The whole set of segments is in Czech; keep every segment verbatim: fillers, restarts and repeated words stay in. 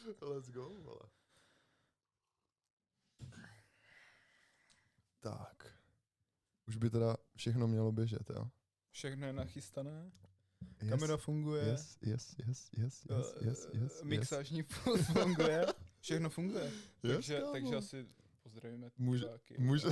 Let's go, vole. Tak. Už by teda všechno mělo běžet, jo? Všechno je nachystané. Yes, Kamera funguje. Yes, yes, yes, yes, yes, yes, yes. Mixážní pult funguje. Všechno funguje. Yes, takže, kámo. takže asi pozdravíme Může, diváky. může...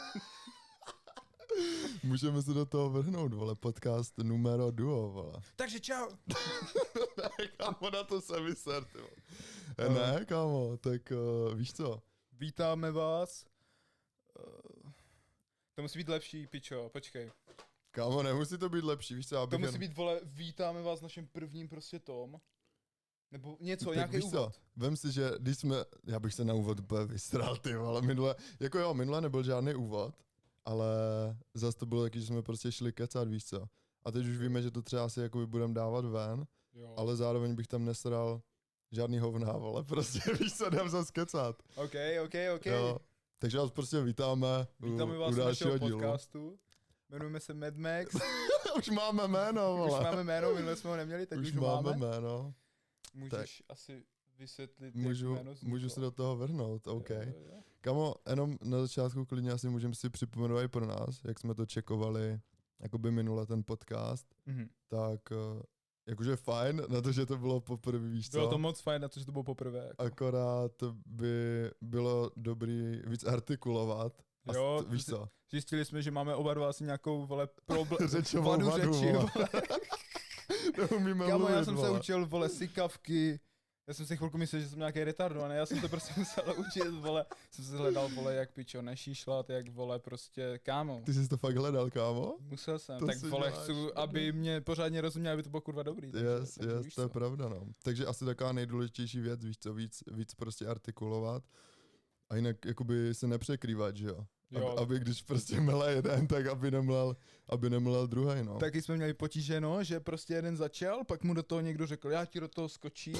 Můžeme se do toho vrhnout, vole, podcast numero duo, vole. Takže čau. Ne, kámo, na to se vyser, ty vole. E, ne, kámo, tak uh, víš co? Vítáme vás. Uh, to musí být lepší, pičo, počkej. Kámo, nemusí to být lepší, víš co? To musí jen... být, vole, vítáme vás v našem prvním prostě tom. Nebo něco, tak nějaký úvod. Co? Vem si, že když jsme, já bych se na úvod úplně vystral, ty vole, minule, jako jo, minule nebyl žádný úvod, ale zase to bylo taky, že jsme prostě šli kecat, víš co? A teď už víme, že to třeba asi jakoby budeme dávat ven, Jo. ale zároveň bych tam nesral žádný hovná, vole, prostě víš co, jdem zase kecat. OK, OK, OK. Jo. Takže vás prostě vítáme, Vítáme u, vás u u našeho dalšího dílu. podcastu. Jmenujeme se Mad Max. Už máme jméno, vole. Už máme jméno, minule jsme ho neměli, tak už, už už máme máme. jméno. Můžeš tak. asi vysvětlit, můžu, jak jméno vzniklo. můžu se do toho vrhnout, OK. Jo, jo. Kamo, jenom na začátku klidně asi můžeme si připomenout i pro nás, jak jsme to čekovali, jakoby minule ten podcast, Mhm. tak uh, jakože fajn, na to, že to bylo poprvé, víš co? Bylo to moc fajn na to, že to bylo poprvé. Jako. Akorát by bylo dobrý víc artikulovat. A Jo, st- víš co? Zjistili jsme, že máme oba dva asi nějakou, vole, problém. Řečovou vadu vadu, řeči, vole. vole. Neumíme Kámo, mluvit, já jsem vole. se učil, vole, sykavky. Já jsem si chvilku myslel, že jsem nějaký retardovaný, já jsem to prostě musel učit, vole. Jsem se hledal, vole, jak pičo nešíšlat, jak, vole, prostě, kámo. Ty jsi to fakt hledal, kámo? Musel jsem, To tak si vole, děláš, chci, ne? aby mě pořádně rozuměl, aby to bylo kurva dobrý. Takže, Yes, takže yes, víš to je co. pravda, no. Takže asi taková nejdůležitější věc, víš co, víc, víc prostě artikulovat. A jinak jakoby se nepřekrývat, že jo? Jo. Aby, aby když prostě mele jeden, tak aby nemlel, aby nemlel druhý, no. Taky jsme měli potíže, no, že prostě jeden začal, pak mu do toho někdo řekl, já ti do toho skočím.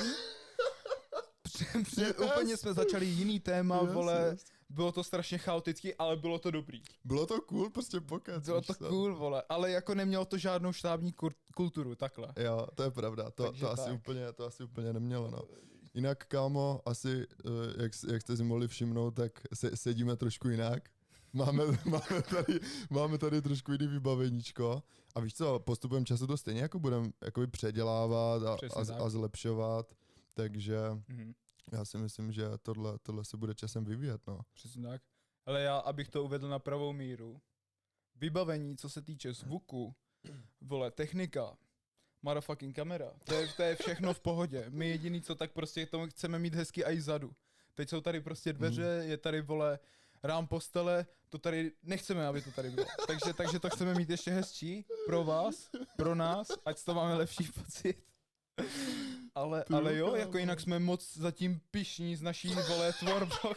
Pře- pře- Yes. Úplně jsme začali jiný téma, Yes, vole, yes. bylo to strašně chaotický, ale bylo to dobrý. Bylo to cool, prostě pokec. Bylo víš to co? cool, vole, ale jako nemělo to žádnou štábní kur- kulturu, takhle. Jo, to je pravda, to, Takže to, asi tak. úplně, to asi úplně nemělo, no. Jinak, kámo, asi, eh, jak, jak jste si mohli všimnout, tak se, sedíme trošku jinak. Máme, máme, tady, máme tady trošku jiný vybaveníčko. A víš co, postupem času to stejně jako budeme jakoby předělávat a, Přesně tak. a, a zlepšovat. Takže Mhm, já si myslím, že tohle, tohle se bude časem vyvíjet, no. přesně tak. Ale já, abych to uvedl na pravou míru, vybavení, co se týče zvuku, vole, technika, motherfucking kamera, to je, to je všechno v pohodě. My jediný, co tak prostě tomu chceme mít hezky i zadu. Teď jsou tady prostě dveře, Hmm. je tady, vole, rám postele, to tady nechceme, aby to tady bylo. Takže, takže to chceme mít ještě hezčí pro vás, pro nás, ať z toho máme lepší pocit. Ale, Ty ale jo, kámo. jako jinak jsme moc zatím pyšní z naší, vole, tvorbou.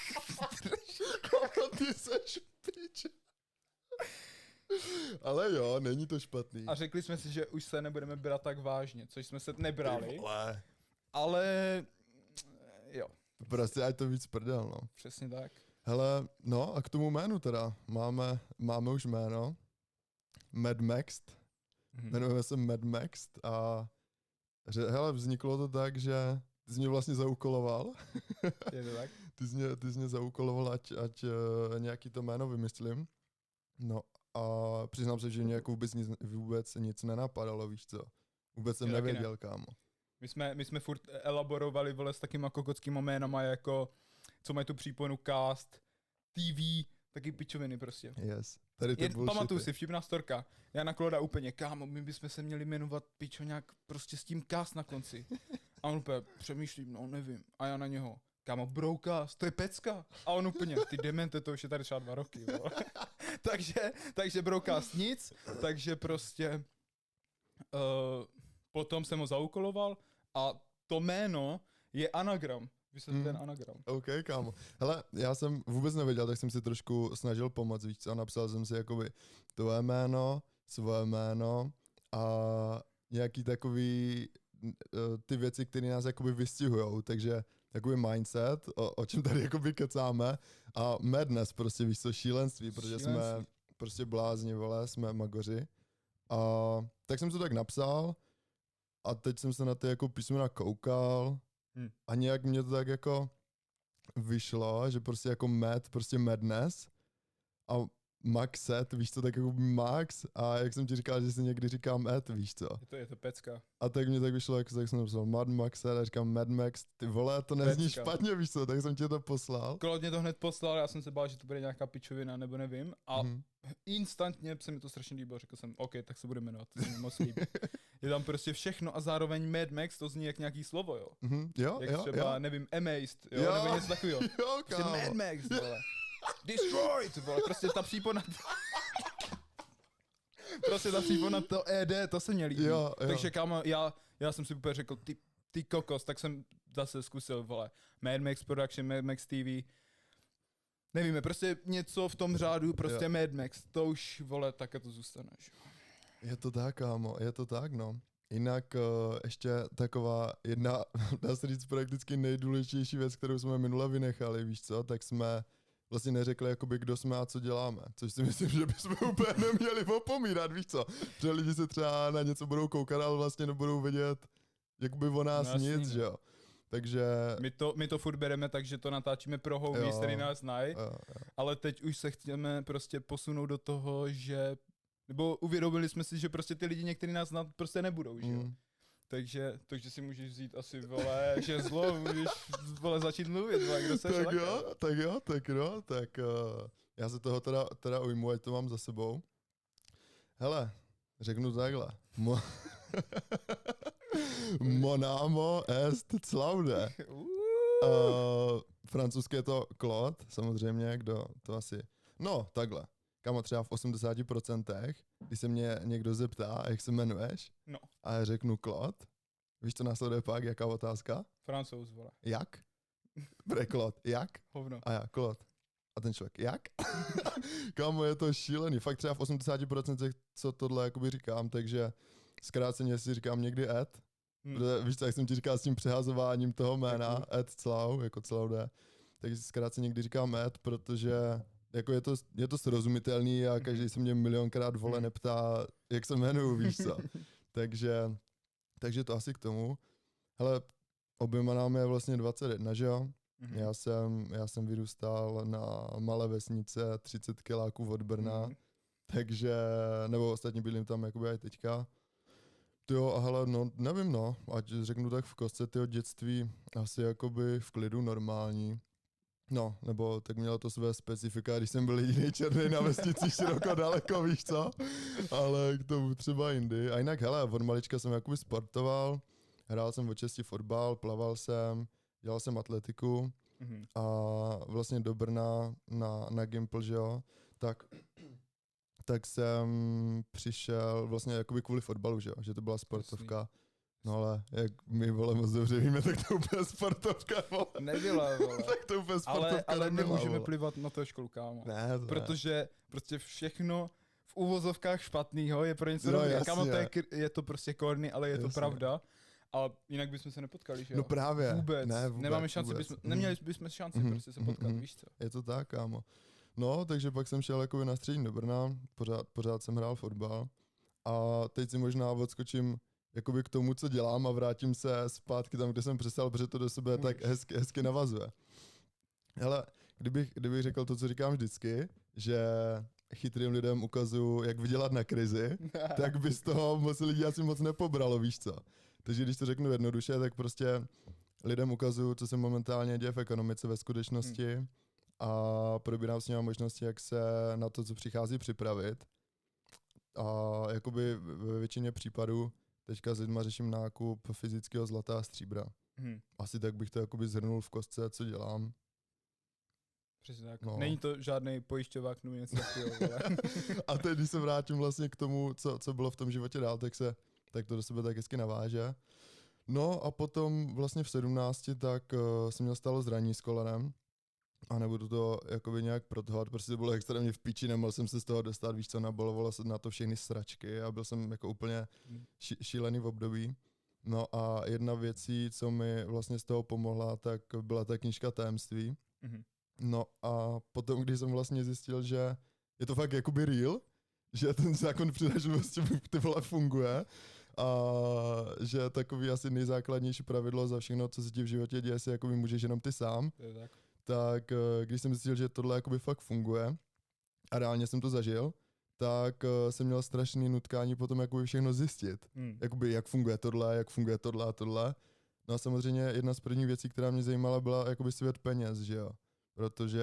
Ty seš pič. Ale jo, není to špatný. A řekli jsme si, že už se nebudeme brát tak vážně, což jsme se nebrali, Ty vole. ale jo, Prostě ať to víc prdel, no. přesně tak. Hele, no a k tomu jménu teda. Máme, máme už jméno. Mad Max. Mhm. Jmenujeme se Mad Max a že, hele, vzniklo to tak, že ty jsi mě vlastně zaúkoloval. Je to tak? ty, jsi mě, ty jsi mě zaúkoloval, ať, ať uh, nějaký to jméno vymyslím. No a přiznám se, že mě jako vůbec nic, vůbec nic nenapadalo, víš co. Vůbec jsem Já taky nevěděl, kámo. My jsme, my jsme furt elaborovali, vole, s takýma kokockýma jménama, jako, co mají tu přípojnu cast, T V, taky pičoviny prostě. Yes. Tady ty Jen, bullshity. pamatuju si, vtipná storka. Já na Kloda úplně, kámo, my bychom se měli jmenovat pičo nějak prostě s tím cast na konci. A on úplně, přemýšlím, no nevím. A já na něho, kámo, broadcast, to je pecka. A on úplně, ty demente, to už je tady třeba dva roky. Vole. takže, takže broadcast nic, takže prostě uh, potom jsem ho zaúkoloval a to jméno je anagram. Vysvětli Hmm. ten anagram. OK, kámo. Hele, já jsem vůbec nevěděl, tak jsem si trošku snažil pomoct, víš co, napsal jsem si jakoby tvoje jméno, svoje jméno a nějaký takový uh, ty věci, které nás jakoby vystihujou, takže takový mindset, o, o čem tady jakoby kecáme a madness, prostě víš co, šílenství, protože jsme Šílenství. prostě blázni, vole, jsme magoři a tak jsem to tak napsal a teď jsem se na ty jako písmena koukal Hmm. A nějak mě to tak jako vyšlo, že prostě jako Mad, prostě Madness a Maxet, víš co, tak jako Max a jak jsem ti říkal, že si někdy říkám Ed, víš co. Je to, je to pecka. A tak mě tak vyšlo, jako tak jsem napsal Mad Maxet a říkám Mad Max, ty vole, to nezní Pecka. špatně, víš co, tak jsem ti to poslal. Klod mě to hned poslal, já jsem se bál, že to bude nějaká pičovina, nebo nevím. A Mhm. instantně se mi to strašně líbilo, řekl jsem, OK, tak se bude jmenovat, to se mi moc líbí. Je tam prostě všechno a zároveň Mad Max, to zní jak nějaký slovo, jo. Mhm. Jo, Jak jo, třeba, jo. nevím, Amazed, jo, Jo. nebo něco takového. Jo, Prostě kámo. Mad Max, vole. Destroyed, vole, prostě ta přípona... prostě ta přípona to E D, to se mě líbí. Jo, jo. Takže kámo, já, já jsem si úplně řekl, ty, ty kokos, tak jsem zase zkusil, vole, Mad Max Production, Mad Max T V. Nevíme, prostě něco v tom řádu, prostě Jo. Mad Max, to už, vole, také to zůstane. že jo. Je to tak, kámo, je to tak, no. Jinak uh, ještě taková jedna, dá se říct prakticky nejdůležitější věc, kterou jsme minule vynechali, víš co, tak jsme vlastně neřekli, jakoby, kdo jsme a co děláme, což si myslím, že bychom úplně neměli opomínat, víš co, že lidi se třeba na něco budou koukat, ale vlastně nebudou vědět, jakoby o nás No jasný, nic, no. že jo. Takže... My to, my to furt bereme tak, že to natáčíme pro homies, Jo. který nás znají, jo, jo. ale teď už se chceme prostě posunout do toho, že, nebo uvědomili jsme si, že prostě ty lidi některý nás znát prostě nebudou, že jo. Mm. Takže, takže si můžeš vzít asi, vole, žezlo, můžeš, vole, začít mluvit, vole, kdo seš, Tak laka? jo, tak jo, tak jo, tak uh, já se toho teda, teda ujmu, ať to mám za sebou. Hele, řeknu takhle. Mo- Monamo est claude. Uh, Uh, francouzské je to Claude, samozřejmě, kdo to asi... No, takhle. Kamo, třeba v osmdesáti procentech, když se mě někdo zeptá, jak se jmenuješ, No. a já řeknu Claude, víš, co následuje pak, jaká otázka? Francouz, vole, Jak? Bude Claude, jak? hovno. A já, Claude. A ten člověk, jak? Kámo, je to šílený. Fakt třeba v osmdesáti procentech, co tohle jakoby říkám, takže zkráceně si říkám někdy Ed, Hm. protože víš co, jak jsem ti říkal s tím přehazováním toho jména, Děkuju. Ed Clau, jako Claude, takže zkráceně někdy říkám Ed, protože jako je to, je to srozumitelný a každý se mě milionkrát vole Mhm. neptá, jak se jmenuju, víš co. takže, takže to asi k tomu. Hele, oběma nám je vlastně dvacet jedna, že jo? Mhm. Já jsem, já jsem vyrůstal na malé vesnice třicet kiláků od Brna, Mhm. takže, nebo ostatní bydlím tam jakoby i teďka. Jo, a hele, no, nevím no, ať řeknu tak v kostce, tyho dětství asi jakoby v klidu normální. No, nebo tak mělo to své specifika, když jsem byl jediný černý na vesnici široko daleko, víš co? Ale k tomu třeba jindy. A jinak, hele, od malička jsem jakoby sportoval, hrál jsem od česti fotbal, plaval jsem, dělal jsem atletiku Mhm. a vlastně do Brna na, na Gimpl, že jo, tak, tak jsem přišel vlastně jakoby kvůli fotbalu, že jo, že to byla sportovka. No ale jak my, vole, moc dobře víme, tak to úplně sportovka, vole. Nebyla, vole. Tak to úplně sportovka Ale, ale nebyla, nemůžeme vole. plivat na to školu, kámo. Ne, to Protože prostě všechno v úvozovkách špatnýho je pro něco No, dobrý. A jasně. Kámo, to je, kr- je to prostě korny, ale je to Jasně. pravda. A jinak bychom se nepotkali, že jo? No právě. Vůbec. Ne, vůbec, Nemáme šanci, vůbec. bychom, Mhm. neměli bychom šanci Mhm, prostě se mhm, potkat, mhm. víš co? Je to tak, kámo. No, takže pak jsem šel jakoby na střední do Brna, pořád, pořád jsem hrál fotbal. A teď si možná odskočím jakoby k tomu, co dělám a vrátím se zpátky tam, kde jsem přestal, protože to do sebe tak Můžeš. hezky, hezky navazuje. Hele, kdybych, kdybych řekl to, co říkám vždycky, že chytrým lidem ukazuju, jak vydělat na krizi, tak by z toho moc lidí asi moc nepobralo, víš co. Takže když to řeknu jednoduše, tak prostě lidem ukazuju, co se momentálně děje v ekonomice ve skutečnosti Hmm. a probírám s nimi možnosti, jak se na to, co přichází, připravit. A jakoby ve většině případů teďka s lidma řeším nákup fyzického zlata a stříbra. Hm, Asi tak bych to jakoby zhrnul v kostce, co dělám. přesně tak. No. Není to žádný pojišťovák nebo něco takového, vole. A teď, když se vrátím vlastně k tomu, co, co bylo v tom životě dál, tak se tak to do sebe tak hezky naváže. No a potom vlastně v sedmnácti tak uh, jsem měl stalo zranění s kolenem a nebudu to jakoby nějak protahovat, protože to bylo extrémně v piči, nemohl jsem se z toho dostat, víš co, nabolovalo se na to všechny sračky a byl jsem jako úplně Hm. ši- šílený v období. No a jedna věcí, co mi vlastně z toho pomohla, tak byla ta knížka Tajemství. Mhm. No a potom, když jsem vlastně zjistil, že je to fakt jakoby real, že ten zákon přitažlivosti ty vole funguje a že takový asi nejzákladnější pravidlo za všechno, co se ti v životě děje, si jakoby můžeš jenom ty sám. To je tak. Tak eh, když jsem zjistil, že tohle jakoby fakt funguje a reálně jsem to zažil, tak uh, jsem měl strašný nutkání potom jakoby všechno zjistit. Hmm. Jakoby jak funguje tohle, jak funguje tohle a tohle. No a samozřejmě jedna z prvních věcí, která mě zajímala, byla jakoby svět peněz, že jo. Protože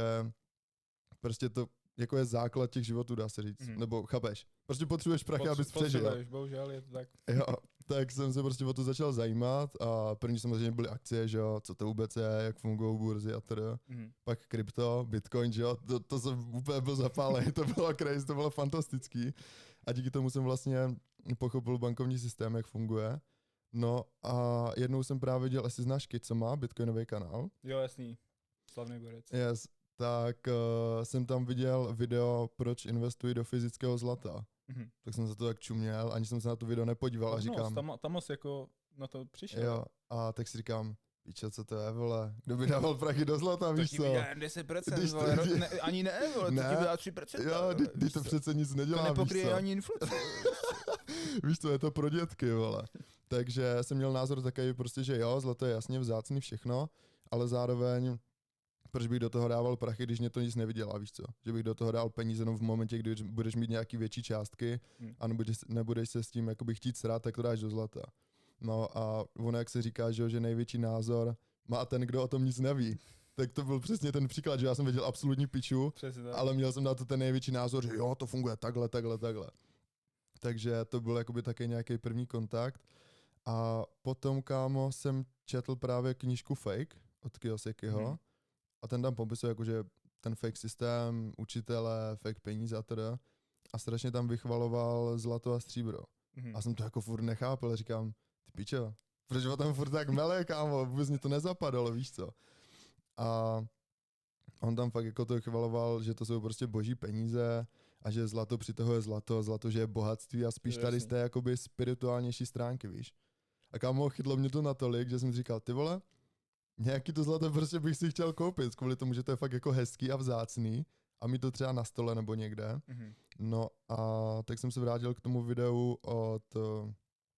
prostě to jako je základ těch životů, dá se říct. Hmm. Nebo chápeš? Prostě potřebuješ prachy, abys přežil. Potřebuješ, bohužel je to tak. Jo, tak jsem se prostě o to začal zajímat a první samozřejmě byly akcie, že jo, co to vůbec je, jak fungují burzy a tedy. Hmm. Pak krypto, bitcoin, že jo, to, to jsem úplně byl zapálený, to bylo crazy, to bylo fantastický. A díky tomu jsem vlastně pochopil bankovní systém, jak funguje. No a jednou jsem právě viděl, jestli znáš Kid, co má bitcoinový kanál. Jo, jasný. Slavný borec. Yes, tak uh, jsem tam viděl video, proč investuji do fyzického zlata. Mhm. Tak jsem se to tak čuměl, ani jsem se na to video nepodíval a říkám... No, tam, tam moc jako na to přišel. Jo, a tak si říkám, víš co to je, vole, kdo by dával prachy do zlata, víš co? To ti vydělá deset procent, Když to vole, jde- ne, ani ne, vole, Ne. to ti vydělá tři procenta. Jo, vole, ty, ty víš to co? přece nic nedělá, To víš nepokryje co? ani inflaci. Víš co, je to pro dětky, vole. Takže jsem měl názor takový prostě, že jo, zlato je jasně vzácný všechno, ale zároveň proč bych do toho dával prachy, když mě to nic nevydělá, víš co? Že bych do toho dal peníze jenom v momentě, kdy budeš mít nějaký větší částky Hmm. a nebudeš, nebudeš se s tím jakoby chtít srát, tak to dáš do zlata. No a ono, jak se říká, že, jo, že největší názor má ten, kdo o tom nic neví. Tak to byl přesně ten příklad, že já jsem věděl absolutní piču, Přesně tak. ale měl jsem na to ten největší názor, že jo, to funguje takhle, takhle, takhle. Takže to byl jakoby taky nějaký první kontakt. A potom, kámo, jsem četl právě knížku Fake od Kiyosakiho. Mhm. A ten tam popisuje jakože ten fake systém, učitele, fake peníze a teda. A strašně tam vychvaloval zlato a stříbro. Mhm. A jsem to jako furt nechápal, říkám, ty pičo, proč ho tam furt tak mele, kámo, vůbec mě to nezapadalo, víš co. A on tam fakt jako to chvaloval, že to jsou prostě boží peníze a že zlato přitahuje zlato, zlato, že je bohatství a spíš To je tady z jasný. té jakoby spirituálnější stránky, víš. A kámo, chytlo mě to natolik, že jsem si říkal, ty vole, nějaký to zlato prostě bych si chtěl koupit, kvůli tomu, že to je fakt jako hezký a vzácný a mít to třeba na stole nebo někde. Mhm. No a tak jsem se vrátil k tomu videu od, eh,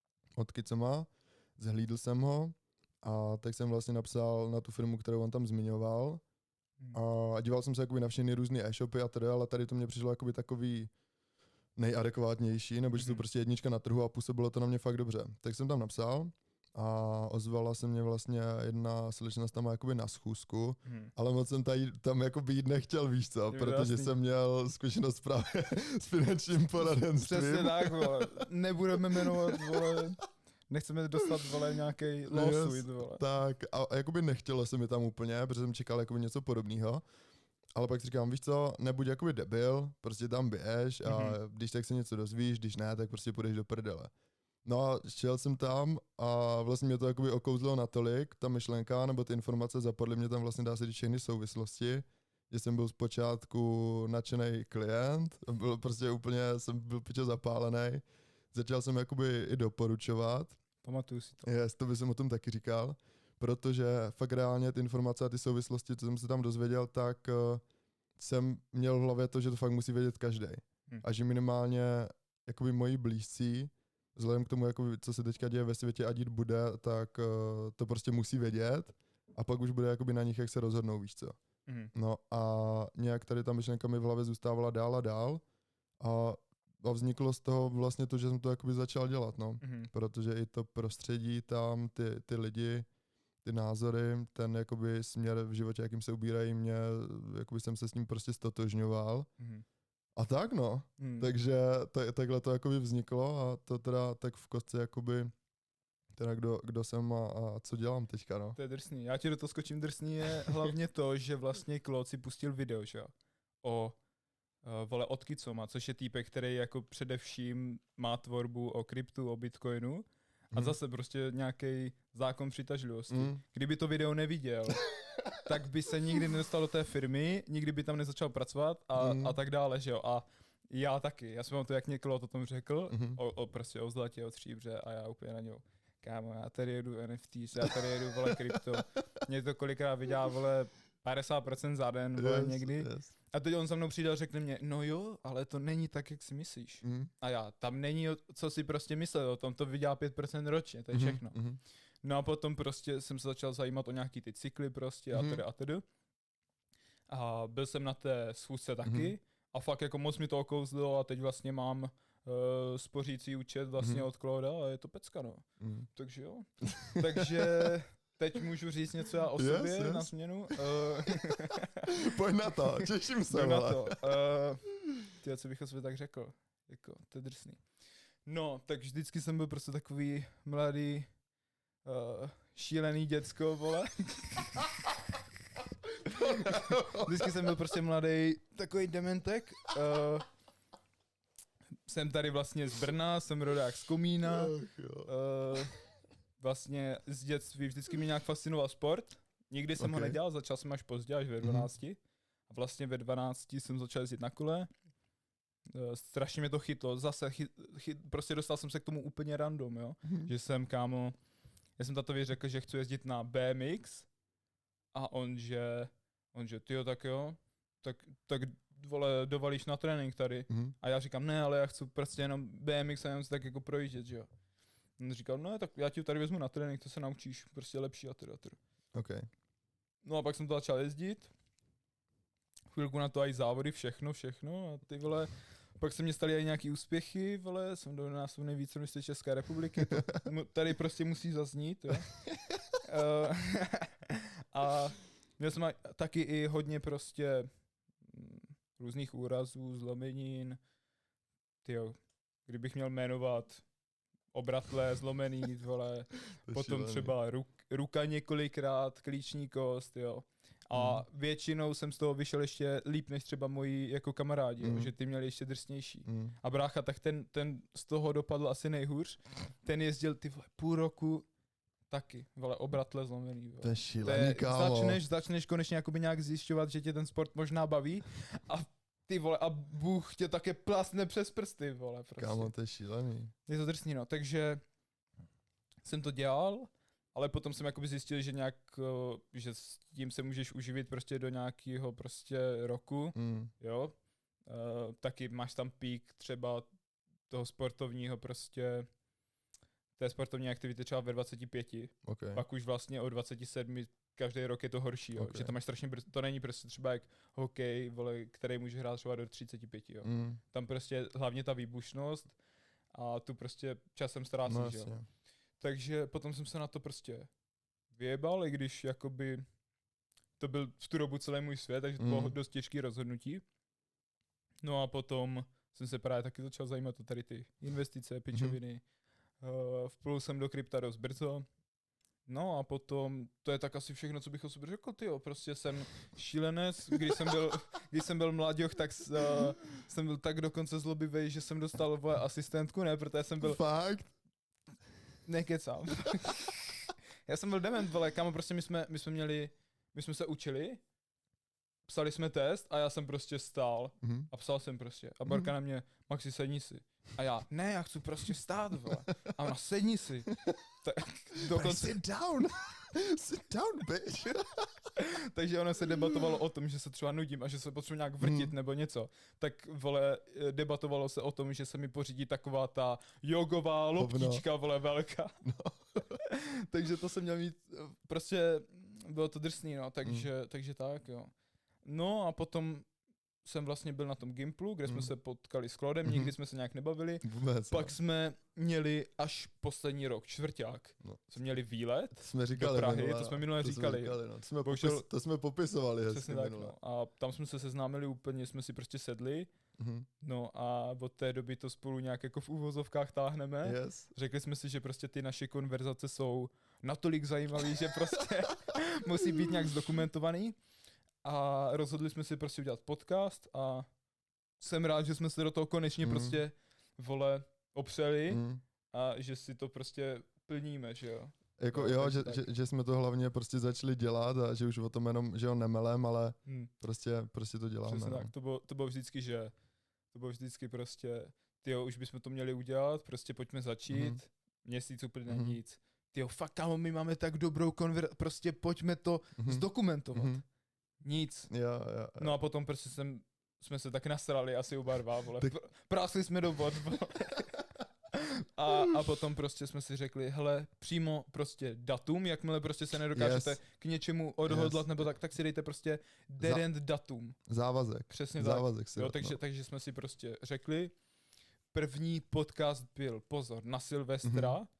od Kicoma, zhlídl jsem ho a tak jsem vlastně napsal na tu firmu, kterou on tam zmiňoval Mhm. a díval jsem se jakoby na všechny různé e-shopy a teda, ale tady to mě přišlo jakoby takový nejadekvátnější, nebo že to Mhm. prostě jednička na trhu a působilo to na mě fakt dobře. Tak jsem tam napsal a ozvala se mě vlastně jedna slečna tam jakoby na schůzku, Mhm. ale moc jsem tady, tam jakoby jít nechtěl, víš co, Jo, protože jasný. jsem měl zkušenost právě s finančním poradenstvím. Přesně tak, vole. Nebudeme jmenovat, vole. Nechceme dostat, vole, nějaký lawsuit, Yes. vole. Tak a, a jakoby nechtělo se mi tam úplně, protože jsem čekal jakoby něco podobného. Ale pak si říkám, víš co, nebuď jakoby debil, prostě tam běž a Mhm. když tak se něco dozvíš, když ne, tak prostě půjdeš do prdele. No a šel jsem tam a vlastně mě to jakoby okouzlo natolik, ta myšlenka nebo ty informace zapadly mě tam vlastně dá se říct všechny souvislosti, že jsem byl zpočátku nadšený klient, byl prostě úplně, jsem byl piče zapálený, začal jsem jakoby i doporučovat. Pamatuju si to. Yes, to by jsem o tom taky říkal, protože fakt reálně ty informace a ty souvislosti, co jsem se tam dozvěděl, tak uh, jsem měl v hlavě to, že to fakt musí vědět každý. Hm. A že minimálně jakoby moji blízcí, vzhledem k tomu, jakoby, co se teďka děje ve světě a dít bude, tak uh, to prostě musí vědět a pak už bude jakoby na nich, jak se rozhodnou, víš co. Mhm. No a nějak tady ta myšlenka mi v hlavě zůstávala dál a dál a, a vzniklo z toho vlastně to, že jsem to jakoby začal dělat, no. Mhm. Protože i to prostředí tam, ty, ty lidi, ty názory, ten jakoby směr v životě, jakým se ubírají, mě, jakoby jsem se s ním prostě stotožňoval. Mhm. A tak no, Mhm. takže ta, takhle to jakoby vzniklo a to teda tak v kostce jakoby, teda kdo, kdo jsem a, a co dělám teďka, no. To je drsný. Já ti do toho skočím, drsný je hlavně to, že vlastně Claude si pustil video, že jo, o uh, vole od Kicoma, což je týpek, který jako především má tvorbu o kryptu, o bitcoinu a Mhm. zase prostě nějaký zákon přitažlivosti. Mm. Kdyby to video neviděl, tak by se nikdy nedostal do té firmy, nikdy by tam nezačal pracovat a, Mm. a tak dále, že jo. A já taky. Já jsem to, jak mě Claude o tom řekl, Mhm. o, o prostě o zlatě, o stříbře a já úplně na něj. Kámo, já tady jedu N F T, já tady jedu, vole, krypto. Mě to kolikrát vydělá, vole, padesát procent za den, vole, Yes, někdy. yes. A teď on za mnou přijde a řekne mě, no jo, ale to není tak, jak si myslíš. Mm. A já, tam není, o- co si prostě myslel, o tom to vydělá pět procent ročně, to je Mhm, všechno. mhm. No a potom prostě jsem se začal zajímat o nějaký ty cykly prostě a Mhm. tedy a tedy. A byl jsem na té schůzce taky Mhm. a fakt jako moc mi to okouzlilo a teď vlastně mám uh, spořící účet vlastně Mhm. od Clauda a je to pecka, no. Mm. Takže jo. Takže teď můžu říct něco já o Yes, sobě yes. na změnu. Uh, Pojď na to, těším se, Jdem na vole. to. Uh, tyjo, co bych o sobě tak řekl? Jako, to je drsný. No, tak vždycky jsem byl prostě takový mladý, uh, šílený děcko, vole. Vždycky jsem byl prostě mladý, takový dementek. Uh, jsem tady vlastně z Brna, jsem rodák z Komína. Ach, jo. Uh, vlastně z dětství vždycky mě nějak fascinoval sport. Nikdy jsem Ok. ho nedělal, začal jsem až pozdě, až ve Mhm. dvanácti. A vlastně ve dvanácti jsem začal jezdit na kole. Uh, strašně mě to chytlo. Zase chy, chy, prostě dostal jsem se k tomu úplně random, jo. Mhm. Že jsem, kámo, já jsem tatovi řekl, že chci jezdit na B M X a on, že, on, že tyjo, tak jo, tak, tak vole, dovalíš na trénink tady. Mhm. A já říkám, ne, ale já chci prostě jenom B M X a jenom se tak jako projíždět, že jo. On říkal, no tak já ti tady vezmu na trénink, to se naučíš, prostě lepší a teda, teda. OK. No a pak jsem to začal jezdit. Chvilku na to i závody, všechno, všechno a ty vole, pak se mě staly i nějaký úspěchy, vole, jsem dvojnásobný vícemistr České republiky, to mu- tady prostě musí zaznít, jo. Eh, a měl jsem aj- taky i hodně prostě mm, různých úrazů, zlomenin, tyjo, kdybych měl jmenovat obratlé, zlomený, vole, To je potom šílený. třeba ruk, ruka několikrát, klíční kost, jo. A Mhm. většinou jsem z toho vyšel ještě líp než třeba moji jako kamarádi, jo, Mhm. že ty měli ještě drsnější. Mm. A brácha, tak ten, ten z toho dopadl asi nejhůř. Ten jezdil ty vole půl roku taky, vole, obratle zlomený. Vole. To je To šílený, je, kámo. začneš, začneš konečně jakoby nějak zjišťovat, že tě ten sport možná baví a ty vole, a Bůh tě také plásne přes prsty, vole, prostě. Kámo, to je šílený. Je to drsný, no, takže jsem to dělal, ale potom jsem jakoby zjistil, že nějak, eh, že s tím se můžeš uživit prostě do nějakého prostě roku, Mm. jo. Uh, taky máš tam pík třeba toho sportovního prostě, té sportovní aktivity třeba ve dvaceti pěti, OK. pak už vlastně o dvaceti sedmi každý rok je to horší, jo. Ok. Že to máš strašně brzo, to není prostě třeba jak hokej, vole, který může hrát třeba do třiceti pěti, jo. Mm. Tam prostě hlavně ta výbušnost a tu prostě časem ztrácíš, No jo. jasně. Takže potom jsem se na to prostě vyjebal, i když jakoby to byl v tu dobu celý můj svět, takže to bylo Mm. dost těžké rozhodnutí. No a potom jsem se právě taky začal zajímat o tady ty investice, pičoviny. Uh, vplul jsem do krypta dost brzo. No a potom, to je tak asi všechno, co bych o sobě řekl, tyjo. Prostě jsem šílenec, když jsem byl, když jsem byl mladěch, tak s, uh, jsem byl tak dokonce zlobivej, že jsem dostal vole asistentku, ne, protože jsem byl, Fakt? nekecám. Já jsem byl dement, vole, kámo, prostě my jsme, my jsme měli, my jsme se učili, psali jsme test a já jsem prostě stál Mhm. a psal jsem prostě. A Borka na mě, Maxi, sedni si. A já, ne, já chci prostě stát, vole. A ona, sedni si. Tak, dokonce, Sit down. Sit down, bitch. takže ono se debatovalo o tom, že se třeba nudím a že se potřebuji nějak vrtit Hmm. nebo něco. Tak, vole, eh, debatovalo se o tom, že se mi pořídí taková ta jogová loptička, vole, velká. No. Takže to jsem měl mít, eh, prostě bylo to drsný, no, takže, Hmm. takže tak, jo. No a potom jsem vlastně byl na tom Gimplu, kde jsme Hmm. se potkali s Claudem, Mhm. nikdy jsme se nějak nebavili. Vůbec. Pak no. jsme měli až poslední rok, čtvrták, No. jsme měli výlet To jsme říkali do Prahy, minule, to jsme minule to říkali. Jsme říkali no. to, jsme Bohužel- popis, to jsme popisovali hezky Přesně tak, minule. no. A tam jsme se seznámili úplně, jsme si prostě sedli, Mhm. no a od té doby to spolu nějak jako v úvozovkách táhneme. Yes. Řekli jsme si, že prostě ty naše konverzace jsou natolik zajímavé, že prostě musí být nějak zdokumentovaný. A rozhodli jsme si prostě udělat podcast a jsem rád, že jsme se do toho konečně Mhm. prostě, vole, opřeli Mm. a že si to prostě plníme, že jo. Jako No, jo, takže že, tak. že, že, jsme to hlavně prostě začali dělat a že už o tom jenom, že ho nemelem, ale Hm. prostě, prostě to děláme. Přesně No. tak, to bylo, to bylo vždycky, že to bylo vždycky prostě, tyjo, už bychom to měli udělat, prostě pojďme začít, Mhm. měsíc úplně Mhm. nic. Tyjo, fakt kámo, my máme tak dobrou konver, prostě pojďme to Mhm. zdokumentovat. Mhm. Nic. Jo, jo, jo. No a potom prostě jsem, jsme se tak nasrali asi oba dva, vole. Tak- Pr- Prásli jsme do vod, vole. A, a potom prostě jsme si řekli, hele, přímo prostě datum, jakmile prostě se nedokážete Yes. k něčemu odhodlat Yes. nebo tak, tak si dejte prostě dead Za- end datum. Závazek. Přesně tak. Závazek si Jo, dát, takže, no. takže jsme si prostě řekli, první podcast byl, pozor, na Silvestra. Mhm.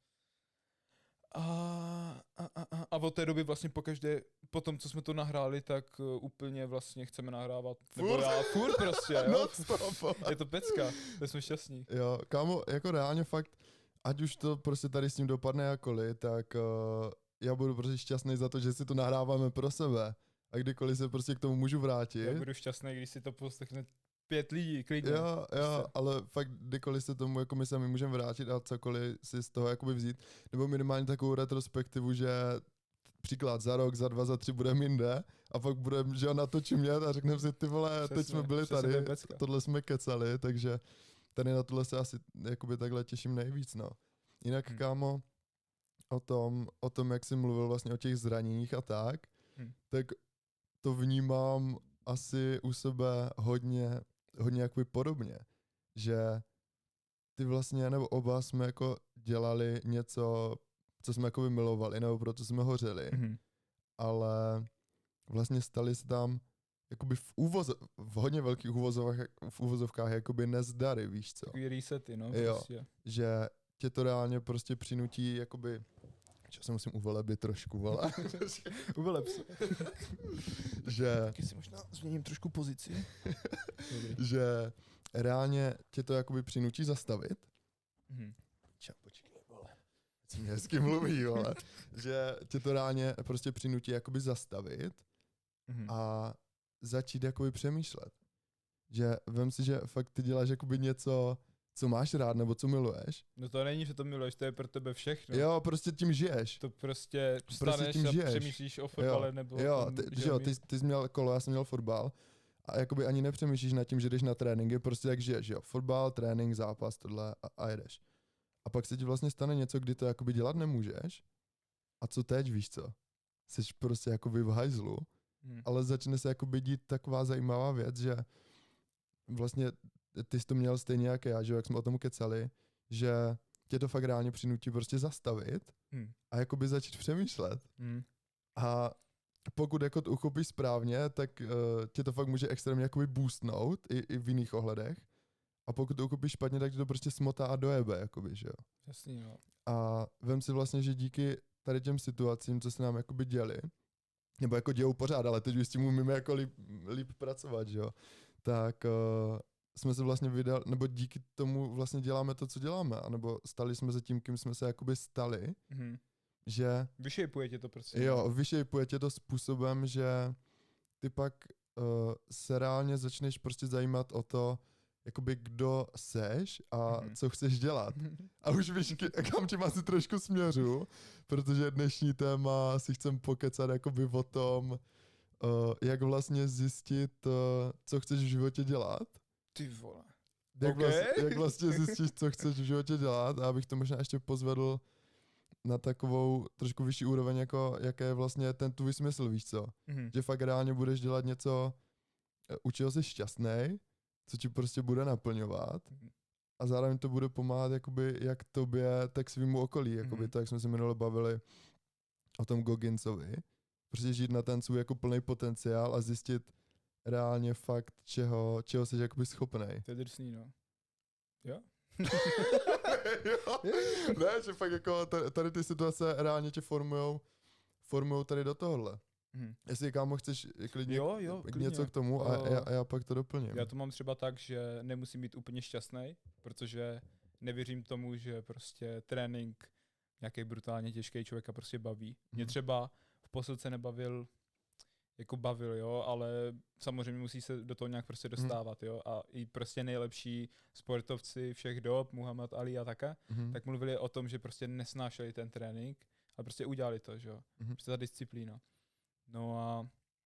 A, a, a, a, a od té doby vlastně pokaždé, po tom, co jsme to nahráli, tak uh, úplně vlastně chceme nahrávat. Nebo Furt? já furt prostě, jo. Non stop, vole. Je to pecka, to jsme šťastní. Jo, kámo, jako reálně fakt, ať už to prostě tady s tím dopadne jakkoliv, tak uh, já budu prostě šťastný za to, že si to nahráváme pro sebe. A kdykoliv se prostě k tomu můžu vrátit. Já budu šťastný, když si to poslechne pět lidí, klidně. Jo, jo, Prostě. ale fakt kdykoliv se tomu jako my sami můžeme vrátit a cokoliv si z toho jakoby vzít, nebo minimálně takovou retrospektivu, že příklad za rok, za dva, za tři budeme jinde a pak budeme, že jo, na to čumět a řekneme si, ty vole, teď Přesně, jsme byli přesně, to tady, je pecka. tohle jsme kecali, takže tady na tohle se asi jakoby takhle těším nejvíc, no. Jinak, Hmm. kámo, o tom, o tom, jak jsi mluvil vlastně o těch zraněních a tak, Hmm. tak to vnímám asi u sebe hodně, hodně jakoby podobně, že ty vlastně, nebo oba jsme jako dělali něco, co jsme jakoby milovali, nebo proto jsme hořeli, Mhm. ale vlastně stali se tam jakoby v, úvoz, v hodně velkých uvozovkách, v uvozovkách jakoby nezdary, víš co, Takový resety, no, Jo. prostě. že tě to reálně prostě přinutí jakoby, čo se musím uvelebit trošku, vole, Uveleb se. že, Taky si možná změním trošku pozici. Dobrý. že reálně tě to jakoby přinutí zastavit. Mhm. Čau, počkej, vole. Co mě hezky mluví, vole. Že tě to reálně prostě přinutí jakoby zastavit Mhm. a začít jakoby přemýšlet. Že vem si, že fakt ty děláš jakoby něco, co máš rád nebo co miluješ. No to není, že to miluješ, to je pro tebe všechno. Jo, prostě tím žiješ. To prostě Prostě vstaneš tím a žiješ. přemýšlíš o fotbale nebo o Jo, tom, ty, že že jo, umí- ty, ty jsi měl kolo, já jsem měl fotbal a jakoby ani nepřemýšlíš nad tím, že jdeš na tréninky, prostě jak žiješ, jo. Fotbal, trénink, zápas, tohle a, a jedeš. A pak se ti vlastně stane něco, kdy to jakoby dělat nemůžeš. A co teď, víš co? Jsi prostě jakoby v hajzlu, Hm. ale začne se jakoby dít taková zajímavá věc, že vlastně ty jsi to měl stejně jak já, že jo, jak jsme o tom kecali, že tě to fakt reálně přinutí prostě zastavit Hm. a jakoby začít přemýšlet. Hm. A pokud jako to uchopíš správně, tak uh, tě to fakt může extrémně jakoby boostnout i, i v jiných ohledech. A pokud to uchopíš špatně, tak tě to prostě smotá a dojebe, jakoby, že jo. Jasný, no. A vem si vlastně, že díky tady těm situacím, co se nám jakoby děli, nebo jako dějou pořád, ale teď už s tím umíme jako líp, líp pracovat, že jo, tak uh, jsme se vlastně vydali, nebo díky tomu vlastně děláme to, co děláme, anebo stali jsme se tím, kým jsme se jakoby stali, Mhm. že Vyšejpuje tě to prostě. jo, vyšejpuje tě to způsobem, že ty pak uh, se reálně začneš prostě zajímat o to, jakoby kdo seš a Mhm. co chceš dělat. A už víš, k- kam tím asi trošku směřu, protože dnešní téma si chcem pokecat jakoby o tom, uh, jak vlastně zjistit, uh, co chceš v životě dělat. Ty vole. Jak, Ok. vlastně, jak vlastně zjistíš, co chceš v životě dělat a abych to možná ještě pozvedl na takovou trošku vyšší úroveň, jako jaké je vlastně ten tvůj smysl, víš co? Mhm. Že fakt reálně budeš dělat něco, eh, u čeho jsi šťastnej, co ti prostě bude naplňovat Mhm. a zároveň to bude pomáhat jakoby jak tobě, tak svýmu okolí, jakoby Mhm. to, jak jsme se minule bavili o tom Gogginsovi. Prostě žít na ten svůj jako plný potenciál a zjistit reálně fakt, čeho, čeho jsi jakoby schopnej. To je drsný, no. Jo? jo? Ne, že fakt jako ta- tady ty situace reálně tě formujou, formujou tady do tohohle. Mhm. Jestli kámo chceš klidně, Jo, jo, k- klidně. něco k tomu a, Eh, já, a já pak to doplním. Já to mám třeba tak, že nemusím být úplně šťastný, protože nevěřím tomu, že prostě trénink nějaký brutálně těžký člověka prostě baví. Mě Mhm. třeba v posilce nebavil, jako bavil, jo, ale samozřejmě musí se do toho nějak prostě dostávat, jo, a i prostě nejlepší sportovci všech dob, Muhammad Ali a také, Mhm. tak mluvili o tom, že prostě nesnášeli ten trénink a prostě udělali to, že jo, Mhm. prostě ta disciplína. No a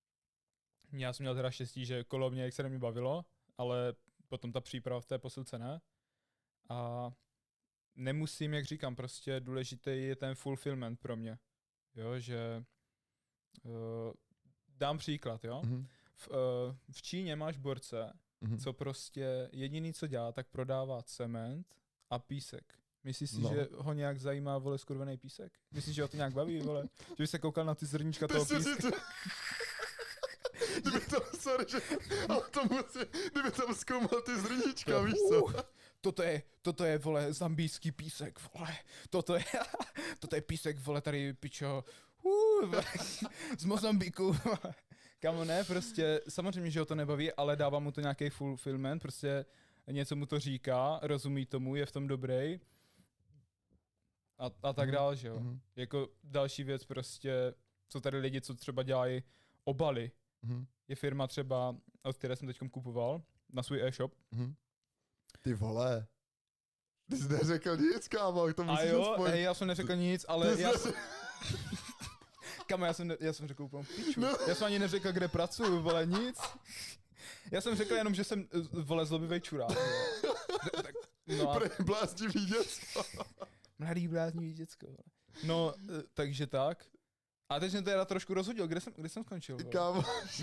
já jsem měl teda štěstí, že kolo mě extrémně bavilo, ale potom ta příprava v té posilce ne. A nemusím, jak říkám, prostě důležitý je ten fulfillment pro mě. Jo, že uh, dám příklad, jo. Mhm. V, uh, v Číně máš borce, Mhm. co prostě jediný, co dělá, tak prodává cement a písek. Myslíš si, No. že ho nějak zajímá, vole, skurvený písek? Myslíš, že ho to nějak baví, vole? Že by se koukal na ty zrníčka toho Ty jsi píska? říct, kdyby tam, sorry, že, ale to musí, kdyby tam zkoumal ty zrníčka, víš co? Uh, toto je, toto je, vole, zambijský písek, vole. Toto je, toto je písek, vole, tady, pičo, uh, vole, z Mozambiku. Kámo, ne, prostě, samozřejmě, že ho to nebaví, ale dává mu to nějaký fulfillment, prostě něco mu to říká, rozumí tomu, je v tom dobrý. A, a tak Mhm, dál, že jo. mhm, Jako další věc prostě, jsou tady lidi, co třeba dělají obaly. mhm, Je firma třeba, od které jsem teď kupoval, na svůj e-shop. mhm. Ty vole, ty jsi neřekl nic, kámo, to A musíš jo, aspoň... hej, já jsem neřekl nic, Ty ale jsi já neřekl- jsem... Kamo, já jsem, ne, já jsem řekl úplnou piču. No. Já jsem ani neřekl, kde pracuju, vole, nic. Já jsem řekl jenom, že jsem, eh, vole, zlobivej čurák. vole. Tak- No a Prej bláznivý děcko. mladý bláznivý děcko, vole. No, eh, takže tak. A teď jsem teda trošku rozhodil, kde jsem, kde jsem skončil, vole? Kámo,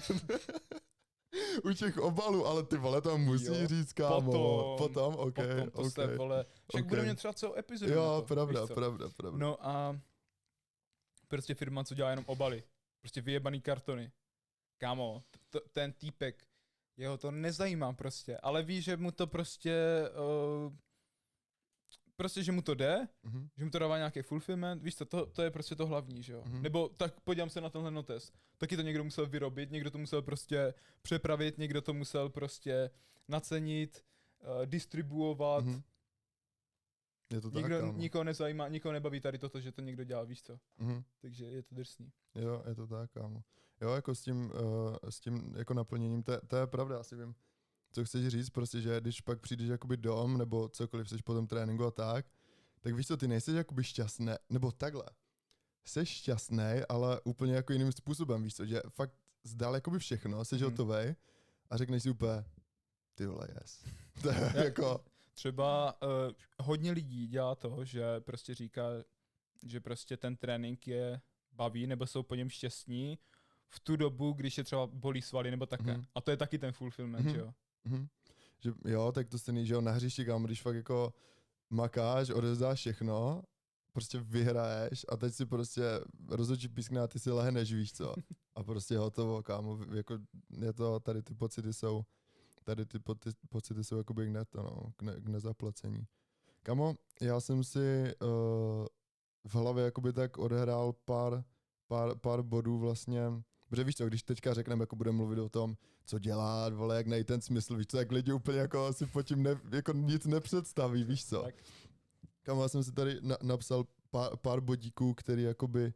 u těch obalů, ale ty vole, tam musí Jo, říct, kámo. potom, Potom, ok, Potom to ok. se, vole, však ok. budeme mít třeba celou epizodu na Jo, to, pravda, víš co? pravda, pravda. No a prostě firma, co dělá jenom obaly. Prostě vyjebaný kartony. Kámo, t- ten týpek, jeho to nezajímá prostě, ale ví, že mu to prostě, uh, prostě, že mu to jde, Mhm. že mu to dává nějaký fulfillment, víš co, to, to je prostě to hlavní, že jo. Mhm. Nebo tak podívám se na tenhle notes. Taky to někdo musel vyrobit, někdo to musel prostě přepravit, někdo to musel prostě nacenit, uh, distribuovat. Mhm. Je to tak, Nikdo, kámo. nikoho nezajímá, nikoho nebaví tady toto, že to někdo dělá, víš co. Mhm. Takže je to drsný. Jo, je to tak, kámo. Jo, jako s tím, uh, s tím jako naplněním, to, je- to je pravda, asi vím, co chceš říct, prostě, že když pak přijdeš jakoby dom, nebo cokoliv jsi po tom tréninku a tak, tak víš co, ty nejsi jakoby šťastný, nebo takhle. Jsi šťastný, ale úplně jako jiným způsobem, víš co, že fakt zdal jakoby všechno, jsi Mhm. hotovej a řekneš si úplně, ty vole, yes. To je Já- jako, Třeba uh, hodně lidí dělá to, že prostě říká, že prostě ten trénink je baví, nebo jsou po něm šťastní v tu dobu, když je třeba bolí svaly nebo také. Mhm. A to je taky ten fulfillment, Mhm. že jo. mhm. Že jo, tak to stejný, že jo, na hřišti, kámo, když fakt jako makáš, odevzdáš všechno, prostě vyhraješ a teď si prostě rozhodčí pískne a ty si lehneš, víš co. A prostě hotovo, kámo, jako je to, tady ty pocity jsou, tady ty poti- pocity jsou jakoby k, ne, to, no, k, ne, k nezaplacení. Kámo, já jsem si uh, v hlavě jakoby tak odehrál pár, pár, pár bodů vlastně, protože víš co, když teďka řekneme, jako budeme mluvit o tom, co dělat, vole, jak najít ten smysl, víš co, jak lidi úplně jako si po tím ne, jako nic nepředstaví, víš co. Tak. Kámo, já jsem si tady na, napsal pár, pár bodíků, který jakoby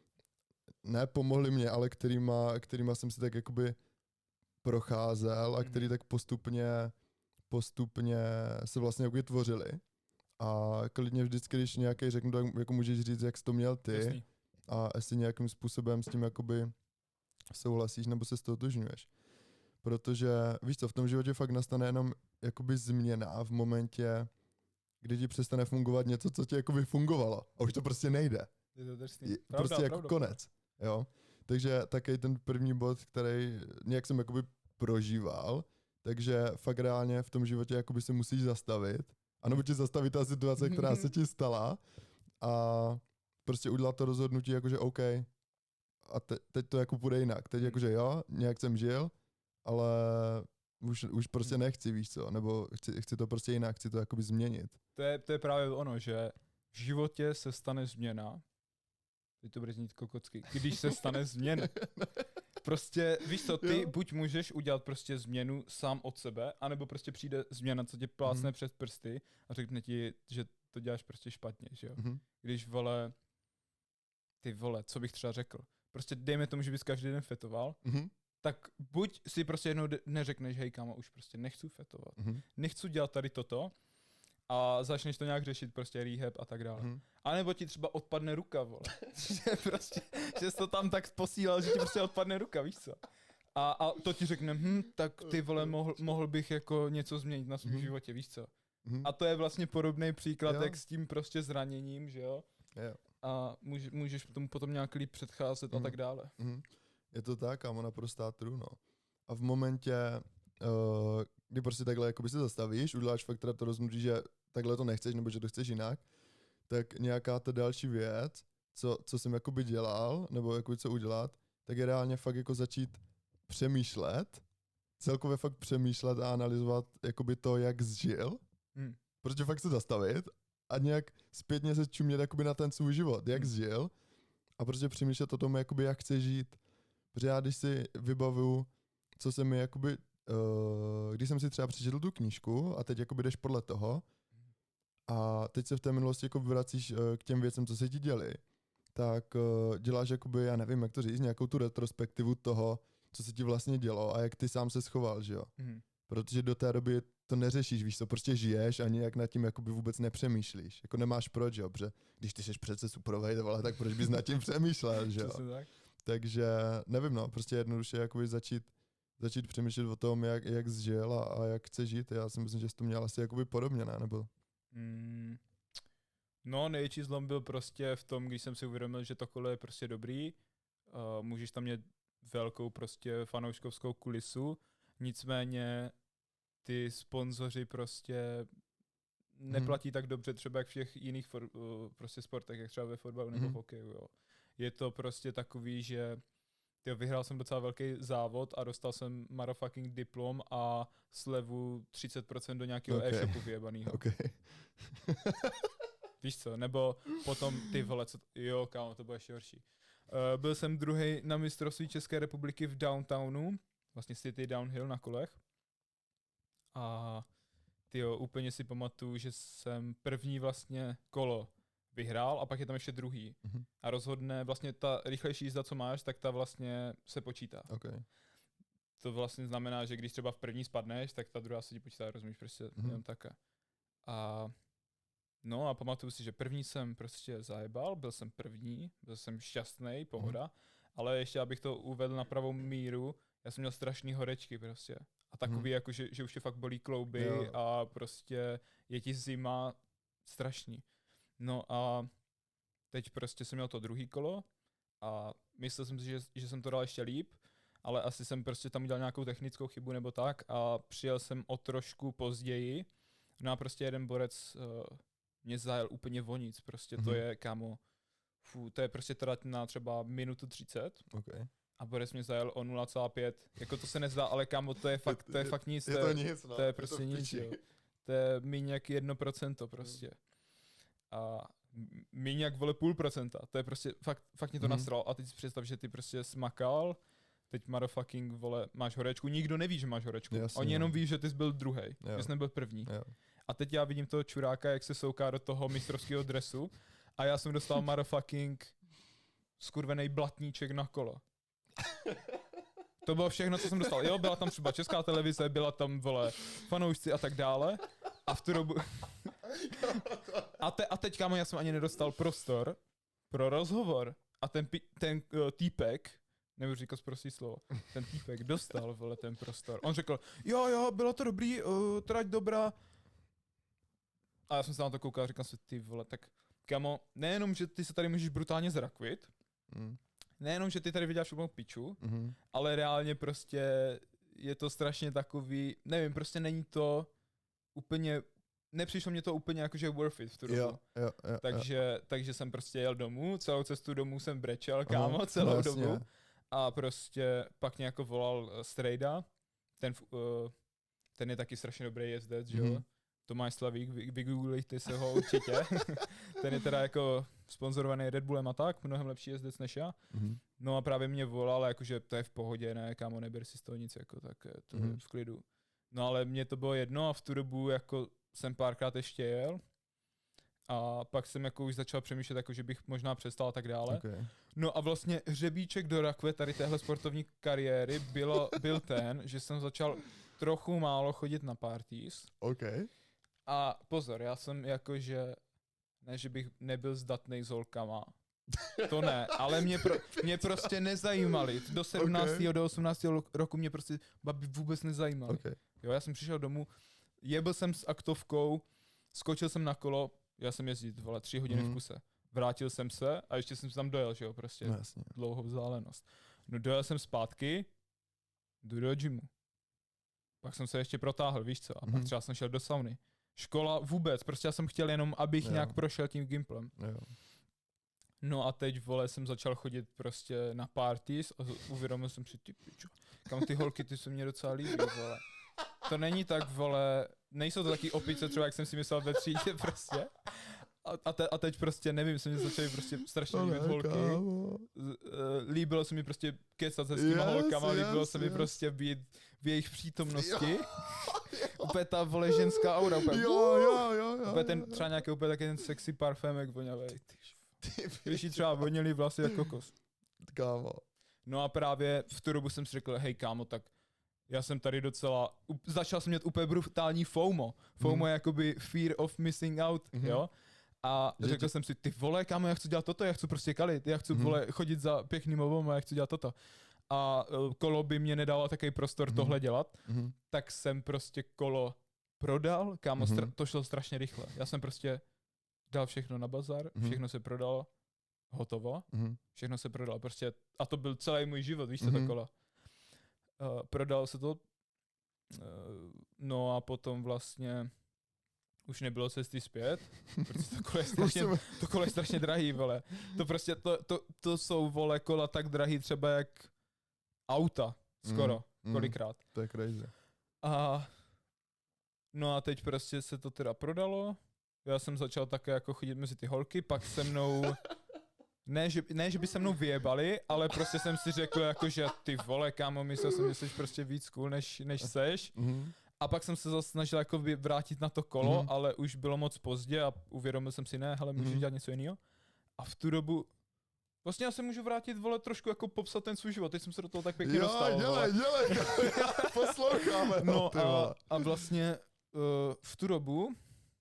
ne pomohli mě, ale kterýma, kterýma jsem si tak jakoby procházel a Mhm. který tak postupně, postupně se vlastně jakoby tvořili. A klidně vždycky, když nějaký řeknu, tak jako můžeš říct, jak jsi to měl ty Jasný. a jestli nějakým způsobem s tím jakoby souhlasíš nebo se stotožňuješ. Protože víš co, v tom životě fakt nastane jenom jakoby změna v momentě, kdy ti přestane fungovat něco, co ti jakoby fungovalo. A už to prostě nejde. Je to drsný. Je, Pravda, prostě jako pravda. konec. Jo? Takže taky ten první bod, který nějak jsem jakoby prožíval, takže fakt reálně v tom životě jakoby se musíš zastavit, anebo ti zastaví ta situace, která se ti stala a prostě udělat to rozhodnutí jakože OK, a te, teď to jako půjde jinak. Teď jakože jo, nějak jsem žil, ale už, už prostě nechci, víš co, nebo chci, chci to prostě jinak, chci to jakoby změnit. To je, to je právě ono, že v životě se stane změna. Teď to bude znít kokocky. Když se stane změna. Prostě, víš co, ty Jo. buď můžeš udělat prostě změnu sám od sebe, anebo prostě přijde změna, co tě plácne Mhm. přes prsty a řekne ti, že to děláš prostě špatně, že jo. Mhm. Když, vole, ty vole, co bych třeba řekl. Prostě dejme tomu, že bys každý den fetoval, Mhm. tak buď si prostě jednou de- neřekneš, hej kámo, už prostě nechci fetovat, Mhm. nechci dělat tady toto a začneš to nějak řešit, prostě rehab a tak dále. Mhm. A nebo ti třeba odpadne ruka, vole. že prostě, že jsi to tam tak posílal, že ti prostě odpadne ruka, víš co. A, a to ti řekne, hm, tak ty vole, mohl, mohl bych jako něco změnit na svém Mhm. životě, víš co. Mhm. A to je vlastně podobný příklad, Jo. jak s tím prostě zraněním, že jo. Jo. A může, můžeš tomu potom nějak líp předcházet a Mhm. tak dále. Mhm. Je to tak, kámo, naprostá true, no. A v momentě, uh, kdy prostě takhle jakoby se zastavíš, uděláš fakt teda to rozhodnutí, že takhle to nechceš, nebo že to chceš jinak, tak nějaká ta další věc, co, co jsem jakoby dělal, nebo jakoby co udělat, tak je reálně fakt jako začít přemýšlet, celkově fakt přemýšlet a analyzovat jakoby to, jak zžil, Hmm. protože fakt se zastavit a nějak zpětně se čumět jakoby na ten svůj život, jak Hmm. zžil a prostě přemýšlet o tom, jakoby jak chce žít. Protože já když si vybavuju, co se mi jakoby, uh, když jsem si třeba přečetl tu knížku a teď jakoby jdeš podle toho a teď se v té minulosti jako vracíš uh, k těm věcem, co se ti děli, tak uh, děláš jakoby, já nevím, jak to říct, nějakou tu retrospektivu toho, co se ti vlastně dělo a jak ty sám se schoval, že jo. Hmm. Protože do té doby to neřešíš, víš co, prostě žiješ a nějak nad tím jakoby vůbec nepřemýšlíš. Jako nemáš proč, jo, protože když ty jsi přece superovej, vole, tak proč bys nad tím přemýšlel, že jo. Přesně tak. Takže nevím, no, prostě jednoduše jakoby začít, začít přemýšlet o tom, jak, jak zžil a, a jak chce žít. Já si myslím, že jsi to měl asi jakoby podobně, ne? Nebo... Mm. No, největší zlom byl prostě v tom, když jsem si uvědomil, že to kolo je prostě dobrý, uh, můžeš tam mít velkou prostě fanouškovskou kulisu, nicméně ty sponzoři prostě neplatí hmm. tak dobře třeba jak v těch jiných for, uh, prostě sportech, jak třeba ve fotbalu nebo Hmm. v hokeju, jo. Je to prostě takový, že tyjo, vyhrál jsem docela velký závod a dostal jsem motherfucking diplom a slevu třicet procent do nějakého Okay. e-shopu vyjebanýho. Okay. Víš co, nebo potom ty vole, co, jo kámo, to bylo ještě horší. Uh, byl jsem druhý na mistrovství České republiky v downtownu, vlastně City Downhill na kolech. A tyjo, úplně si pamatuju, že jsem první vlastně kolo vyhrál a pak je tam ještě druhý. Mhm. A rozhodne vlastně ta rychlejší jízda, co máš, tak ta vlastně se počítá. Okay. To vlastně znamená, že když třeba v první spadneš, tak ta druhá se ti počítá, rozumíš, prostě Mhm. jenom také. A no a pamatuju si, že první jsem prostě zajebal, byl jsem první, byl jsem šťastný, pohoda, ale ještě abych to uvedl na pravou míru, já jsem měl strašný horečky prostě. A takový Mhm. jako, že, že už tě fakt bolí klouby Jo. a prostě je ti zima strašný. No a teď prostě jsem měl to druhý kolo a myslel jsem si, že, že jsem to dal ještě líp, ale asi jsem prostě tam udělal nějakou technickou chybu nebo tak a přijel jsem o trošku později. No a prostě jeden borec uh, mě zajel úplně o nic, prostě to Mhm. je, kámo, fů, to je prostě trať na třeba minutu třicet Okay. a borec mě zajel o nula celá pět, jako to se nezdá, ale kámo, to je fakt, to je fakt nic, Je to to je, nic, no. to je je prostě v nic, piči. jo. To je míň jak jedno procento prostě. A m- míň jak vole půl procenta, to je prostě, fakt, fakt mě to Mhm. nasralo a teď si představ, že ty prostě smakal, teď motherfucking, vole, máš horečku, nikdo neví, že máš horečku, Jasně, oni jenom no. ví, že ty jsi byl druhej, Jo. že jsi nebyl první. Jo. A teď já vidím toho čuráka, jak se souká do toho mistrovského dresu a já jsem dostal motherfucking skurvený blatníček na kolo. To bylo všechno, co jsem dostal. Jo, byla tam třeba Česká televize, byla tam, vole, fanoušci a tak dále. A v tu dobu... a, te, a teď, kámo, já jsem ani nedostal prostor pro rozhovor. A ten, pi, ten uh, týpek, nebudu říkat prostý slovo, ten týpek dostal, vole, ten prostor. On řekl, jo, jo, bylo to dobrý, uh, trať dobrá. A já jsem se na to koukal a říkal si, ty vole, tak kámo, nejenom, že ty se tady můžeš brutálně zrakvit, Mm. nejenom, že ty tady vyděláš úplnou piču, Mhm. ale reálně prostě je to strašně takový, nevím, prostě není to úplně, nepřišlo mě to úplně jako, že worth it v tu dobu. Jo, jo, jo, takže, takže jsem prostě jel domů, celou cestu domů jsem brečel, Aha, kámo, celou no jasně. dobu. A prostě pak mě jako volal uh, Strejda, ten, uh, ten je taky strašně dobrý jezdec, že jo. Mhm. Tomáš Slavík, vy, vygooglejte se ho určitě. Ten je teda jako sponzorovaný Red Bullem a tak, mnohem lepší jezdec než já. Mhm. No a právě mě volal, jakože to je v pohodě, ne, kámo, neber si z toho nic, jako tak je to Mhm. mm-hmm. v klidu. No ale mně to bylo jedno a v tu dobu jako jsem párkrát ještě jel a pak jsem jako už začal přemýšlet, jako že bych možná přestal a tak dále. Okay. No a vlastně hřebíček do rakve tady téhle sportovní kariéry bylo, byl ten, že jsem začal trochu málo chodit na parties. Okay. A pozor, já jsem jakože, ne, že bych nebyl zdatnej s holkama, to ne, ale mě, pro, mě prostě nezajímali. Do sedmnáctého Okay. do osmnáctého roku mě prostě babi vůbec nezajímaly. Okay. Jo, já jsem přišel domů, jebl jsem s aktovkou, skočil jsem na kolo, já jsem jezdit, vole, tři hodiny Mhm. v kuse. Vrátil jsem se a ještě jsem se tam dojel, že jo, prostě No jasně. dlouhou vzdálenost. No dojel jsem zpátky, jdu do gymu. Pak jsem se ještě protáhl, víš co, a pak Mhm. třeba jsem šel do sauny. Škola vůbec, prostě já jsem chtěl jenom, abych Jo. nějak prošel tím gimplem. Jo. No a teď, vole, jsem začal chodit prostě na parties a uvědomil jsem si, ty pičo, kam ty holky, ty se mě docela líbí, vole. To není tak, vole, nejsou to taky opice třeba, jak jsem si myslel ve třídě prostě. A, a, te, a teď prostě, nevím, se mi začaly prostě strašně To líbit ne, holky. kámo. Z- eh, Líbilo se mi prostě kecat se s těma Yes, holkama, líbilo yes, se mi yes. prostě být v jejich přítomnosti. Jo. Úplně ta, vole, ženská aura, úplně, Jo, jo, jo, jo. úplně ten, třeba nějaký úplně taky ten sexy parfémek voňavej. Ty Když jí třeba voněli vlasy jako kokos. kámo. No a právě v tu dobu jsem si řekl, hej kámo, tak já jsem tady docela, up, začal jsem mít úplně brutální FOMO. FOMO Mhm. je jakoby fear of missing out, Mhm. jo. A Že řekl ti- jsem si, ty vole, kámo, já chci dělat toto, já chci prostě kalit, já chci, Mhm. vole, chodit za pěkným obama, já chci dělat toto. A uh, kolo by mě nedalo takový prostor Mhm. tohle dělat, Mhm. tak jsem prostě kolo prodal, kámo, Mhm. stra- to šlo strašně rychle. Já jsem prostě dal všechno na bazar, Mhm. všechno se prodalo, hotovo. Mhm. Všechno se prodalo, prostě, a to byl celý můj život, víš co, Mhm. to kolo. Uh, prodalo se to, uh, no a potom vlastně už nebylo cesty zpět, protože to kolo je Už strašně, jsem- to kolo je strašně drahý, vole. To prostě, to, to, to jsou, vole, kola tak drahý třeba jak auta, skoro, Mm, kolikrát. To je crazy. A no a teď prostě se to teda prodalo. Já jsem začal také jako chodit mezi ty holky, pak se mnou, ne že, ne, že by se mnou vyjebali, ale prostě jsem si řekl jako, že ty vole, kámo, myslel jsem, že jsi prostě víc cool, než, než seš. Mhm. A pak jsem se zase snažil jako vy- vrátit na to kolo, Mhm. ale už bylo moc pozdě a uvědomil jsem si, ne, hele, můžu Mhm. dělat něco jiného. A v tu dobu, vlastně já se můžu vrátit, vole, trošku jako popsat ten svůj život, teď jsem se do toho tak pěkně Jo, dostal, dělej, vole. dělej, já posloucháme. No ty a, vole. a vlastně uh, v tu dobu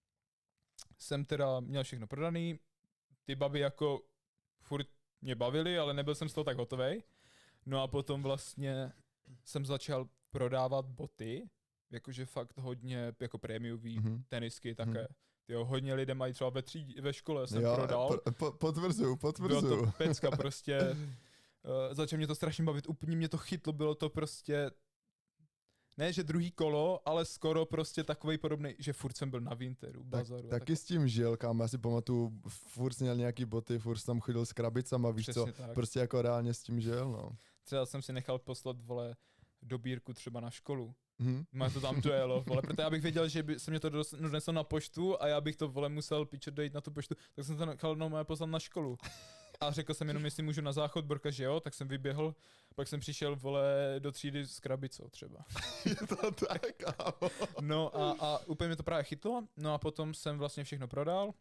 jsem teda měl všechno prodaný, ty baby jako furt mě bavily, ale nebyl jsem z toho tak hotovej. No a potom vlastně jsem začal prodávat boty, jakože fakt hodně jako prémiový Mhm. tenisky také. Mhm. Jo, hodně lidé mají třeba ve, třídě, ve škole jsem Jo, prodal. po- po- Potvrzuju, Bylo potvrzuju. to pecka prostě. Uh, začalo mě to strašně bavit, úplně mě to chytlo, bylo to prostě ne, že druhý kolo, ale skoro prostě takovej podobný, že furt jsem byl na Winteru, Tak, bazaru. a taky s tím žil, kam já si pamatuju, furt jsi měl nějaký boty, furt jsi tam chodil s krabicama, víš co, Přesně tak. prostě jako reálně s tím žil, no. Třeba jsem si nechal poslat, vole, dobírku třeba na školu. Mhm. Má to tam dojelo, vole, protože já bych věděl, že by se mě to dos- doneslo na poštu a já bych to, vole, musel pičet dojít na tu poštu, tak jsem to nechal no, poslat na školu. A řekl jsem jenom, jestli můžu na záchod, Borka, že jo, tak jsem vyběhl, pak jsem přišel, vole, do třídy s krabicou třeba. Je to tak, kámo. No a, a úplně mě to právě chytlo, no a potom jsem vlastně všechno prodal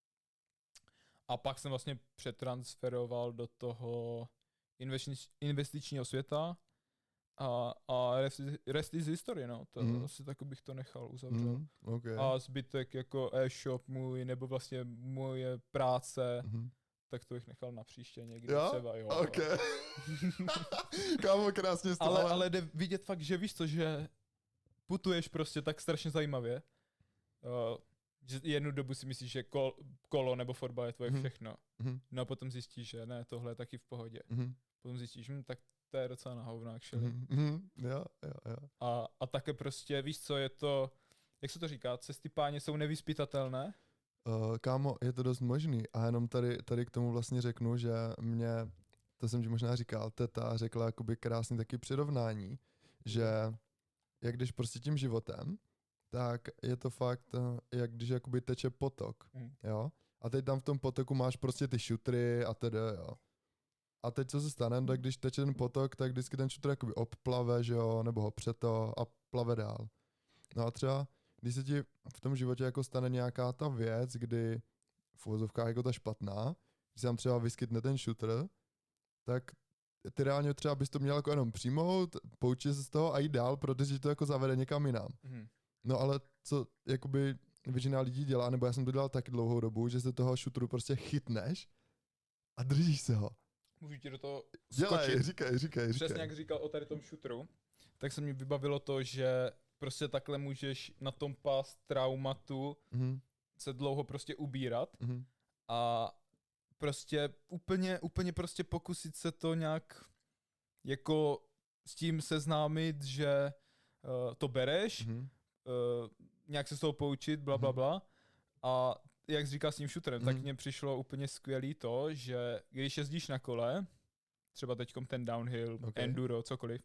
a pak jsem vlastně přetransferoval do toho investič, investičního světa a, a rest, is- rest is history, no, to Mhm. asi tak bych to nechal uzavřel. Mhm, okay. A zbytek jako e-shop můj, nebo vlastně moje práce, Mhm. tak to bych nechal na příště někdy Jo? třeba, jo. OK. Kámo, krásně stalo. ale, ale jde vidět fakt, že víš co, že putuješ prostě tak strašně zajímavě. Uh, že jednu dobu si myslíš, že kol, kolo nebo fotbal je tvoje Mhm. všechno. Mhm, No a potom zjistíš, že ne, tohle je taky v pohodě. mhm, Potom zjistíš, hm, tak to je docela na hovno, actually. mhm, mhm. Jo, jo, jo. A, a také prostě, víš co, je to, jak se to říká, cesty páně jsou nevyspytatelné. Uh, kámo, je to dost možný a jenom tady, tady k tomu vlastně řeknu, že mě, to jsem ti možná říkal, teta řekla jakoby krásný taky přirovnání, že jak jdeš prostě tím životem, tak je to fakt, eh, jak když jakoby teče potok, Mm. jo? A teď tam v tom potoku máš prostě ty šutry a tedy, jo. A teď co se stane, tak když teče ten potok, tak vždycky ten šutr jakoby obplave, že jo, nebo ho přeto a plave dál. No a třeba, když se ti v tom životě jako stane nějaká ta věc, kdy v uvozovkách jako ta špatná, když se tam třeba vyskytne ten šutr, tak ty reálně třeba bys to měl jako jenom přijmout, poučit se z toho a jít dál, protože ti to jako zavede někam jinam. Mhm. No ale co jakoby většina lidí dělá, nebo já jsem to dělal taky dlouhou dobu, že se toho šutru prostě chytneš a držíš se ho. Můžu ti do toho Dělej, skočit. říkej, říkej, říkej. Přesně jak říkal o tady tom šutru, tak se mi vybavilo to, že prostě takhle můžeš na tom pás traumatu Mhm, se dlouho prostě ubírat mhm, a prostě úplně, úplně prostě pokusit se to nějak jako s tím seznámit, že uh, to bereš, Mhm. uh, nějak se z toho poučit, bla, bla, Mhm. bla. A jak jsi říkal s tím shooterem, tak Mhm. mně přišlo úplně skvělý to, že když jezdíš na kole, třeba teďkom ten downhill, Ok. enduro, cokoliv,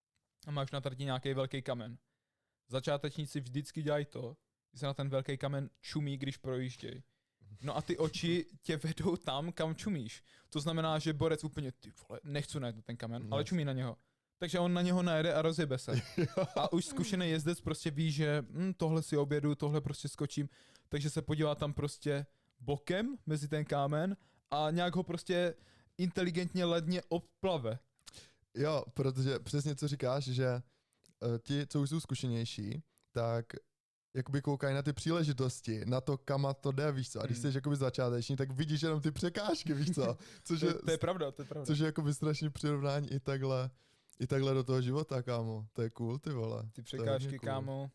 a máš na trati nějaký velký kamen. Začátečníci vždycky dělají to, že se na ten velký kamen čumí, když projíždějí. No a ty oči tě vedou tam, kam čumíš. To znamená, že borec úplně, ty vole, nechci najet na ten kamen, Yes. ale čumí na něho. Takže on na něho najede a rozjebe se. A už zkušený jezdec prostě ví, že hm, tohle si objedu, tohle prostě skočím, takže se podívá tam prostě bokem mezi ten kámen a nějak ho prostě inteligentně ledně obplave. Jo, protože přesně co říkáš, že uh, ti, co už jsou zkušenější, tak jakoby koukají na ty příležitosti, na to, kam to jde, víš co. A když Hmm. jsi jakoby začáteční, tak vidíš jenom ty překážky, víš co. Což To, je, je- to je pravda, to je pravda. což je jakoby strašný přirovnání i takhle, i takhle do toho života, kámo. To je cool, ty vole. Ty To je hodně překážky, cool. kámo.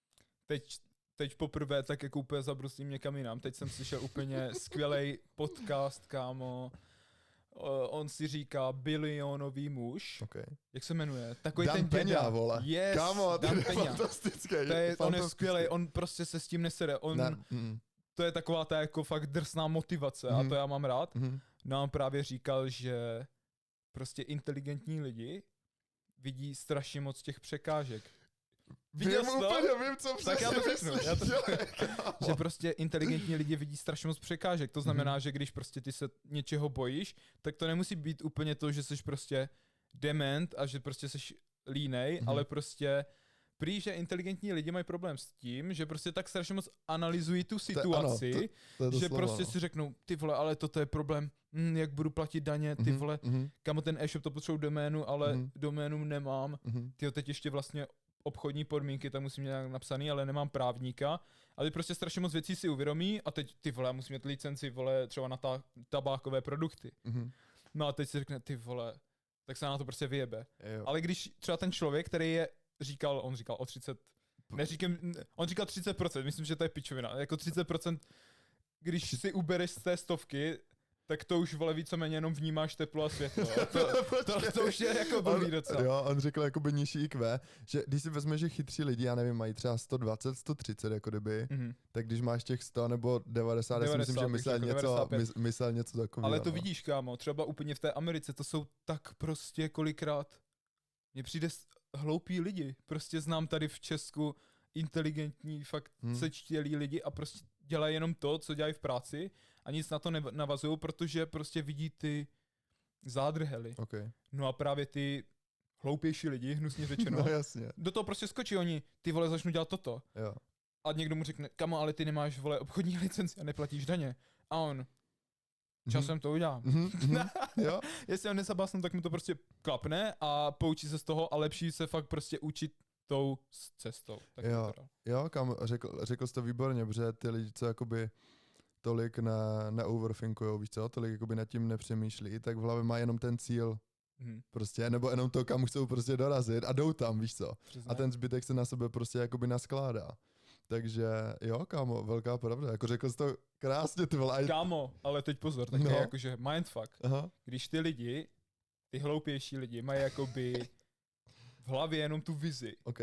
Teď, teď poprvé tak jako úplně zabrustím někam jinam. Teď jsem slyšel úplně skvělej podcast, kámo. O, on si říká Bilionový muž. Okay. Jak se jmenuje? Takový Dan ten děda. Peňa, vole. Yes, Kámo, to Dan je Peňa. fantastický. To je, on je fantastický. skvělej, on prostě se s tím nesede. On, Ne, mm, to je taková ta jako fakt drsná motivace Mhm. a to já mám rád. mm, No a on právě říkal, že prostě inteligentní lidi vidí strašně moc těch překážek. Viděl vím jsi to? úplně, vím, co Tak já to přesně řeknu, myslíš, já to jo, řeknu. kámo. Že prostě inteligentní lidi vidí strašně moc překážek. To znamená, Mhm. že když prostě ty se něčeho bojíš, tak to nemusí být úplně to, že jsi prostě dement a že prostě jsi línej, Mhm. ale prostě prý, že inteligentní lidi mají problém s tím, že prostě tak strašně moc analyzují tu ano, situaci, to- To je to že slovo, prostě no. si řeknou, ty vole, ale toto je problém, hm, jak budu platit daně, ty Mhm, vole, mhm, kamo ten e-shop to potřebuji doménu, ale Mhm. doménu nemám, mhm. tyjo, teď ještě vlastně obchodní podmínky, tam musím mít nějak napsaný, ale nemám právníka. A ty prostě strašně moc věcí si uvědomí a teď ty vole, já musím mít licenci, vole, třeba na ta, tabákové produkty. Mhm. No a teď si řekne, ty vole, tak se na to prostě vyjebe. Jo. Ale když třeba ten člověk, který je říkal, on říkal o třicet, neříkám, on říkal třicet procent, myslím, že to je pičovina, jako třicet procent, když si ubereš z té stovky, tak to už vole víceméně jenom vnímáš teplo a světlo. A to, to, to už je jako blbý on, docela. jo, on řekl jakoby nižší í kvé, že když si vezmeš, že chytří lidi, já nevím, mají třeba sto dvacet, sto třicet jako kdyby, Mhm. tak když máš těch sto nebo devadesát, já si myslím, devadesát že bych myslel řekl, něco, devadesát pět. mys, myslel něco takového. Ale to no. vidíš, kámo, třeba úplně v té Americe, to jsou tak prostě kolikrát, mně přijde s- hloupí lidi, prostě znám tady v Česku inteligentní, fakt Hmm. sečtělí lidi a prostě dělají jenom to, co dělají v práci a nic na to nev- navazují, protože prostě vidí ty zádrhely. Okay. No a právě ty hloupější lidi, hnusně řečeno, No jasně, do toho prostě skočí oni, ty vole začnou dělat toto. jo. A někdo mu řekne, kamo, ale ty nemáš vole obchodní licenci a neplatíš daně. A on, časem to udělám. Mhm, mhm, jo, Jestli ho nezabásnu, tak mu to prostě klapne a poučí se z toho a lepší se fakt prostě učit tou s- cestou. Tak Jo. to teda. jo, kam, řekl, řekl jsi to výborně, protože ty lidi, co jakoby tolik ne, neoverthinkujou, víš co, tolik jakoby nad tím nepřemýšlí, tak v hlavě má jenom ten cíl, Mhm. prostě, nebo jenom to, kam chcou prostě dorazit a jdou tam, víš co. Přesně. A ten zbytek se na sebe prostě jakoby naskládá. Takže jo, kámo, velká pravda, jako řekl jsi to krásně, ty vole. a- Kámo, ale teď pozor, tak No. je jakože mindfuck. Aha, Když ty lidi, ty hloupější lidi, mají jakoby v hlavě jenom tu vizi OK.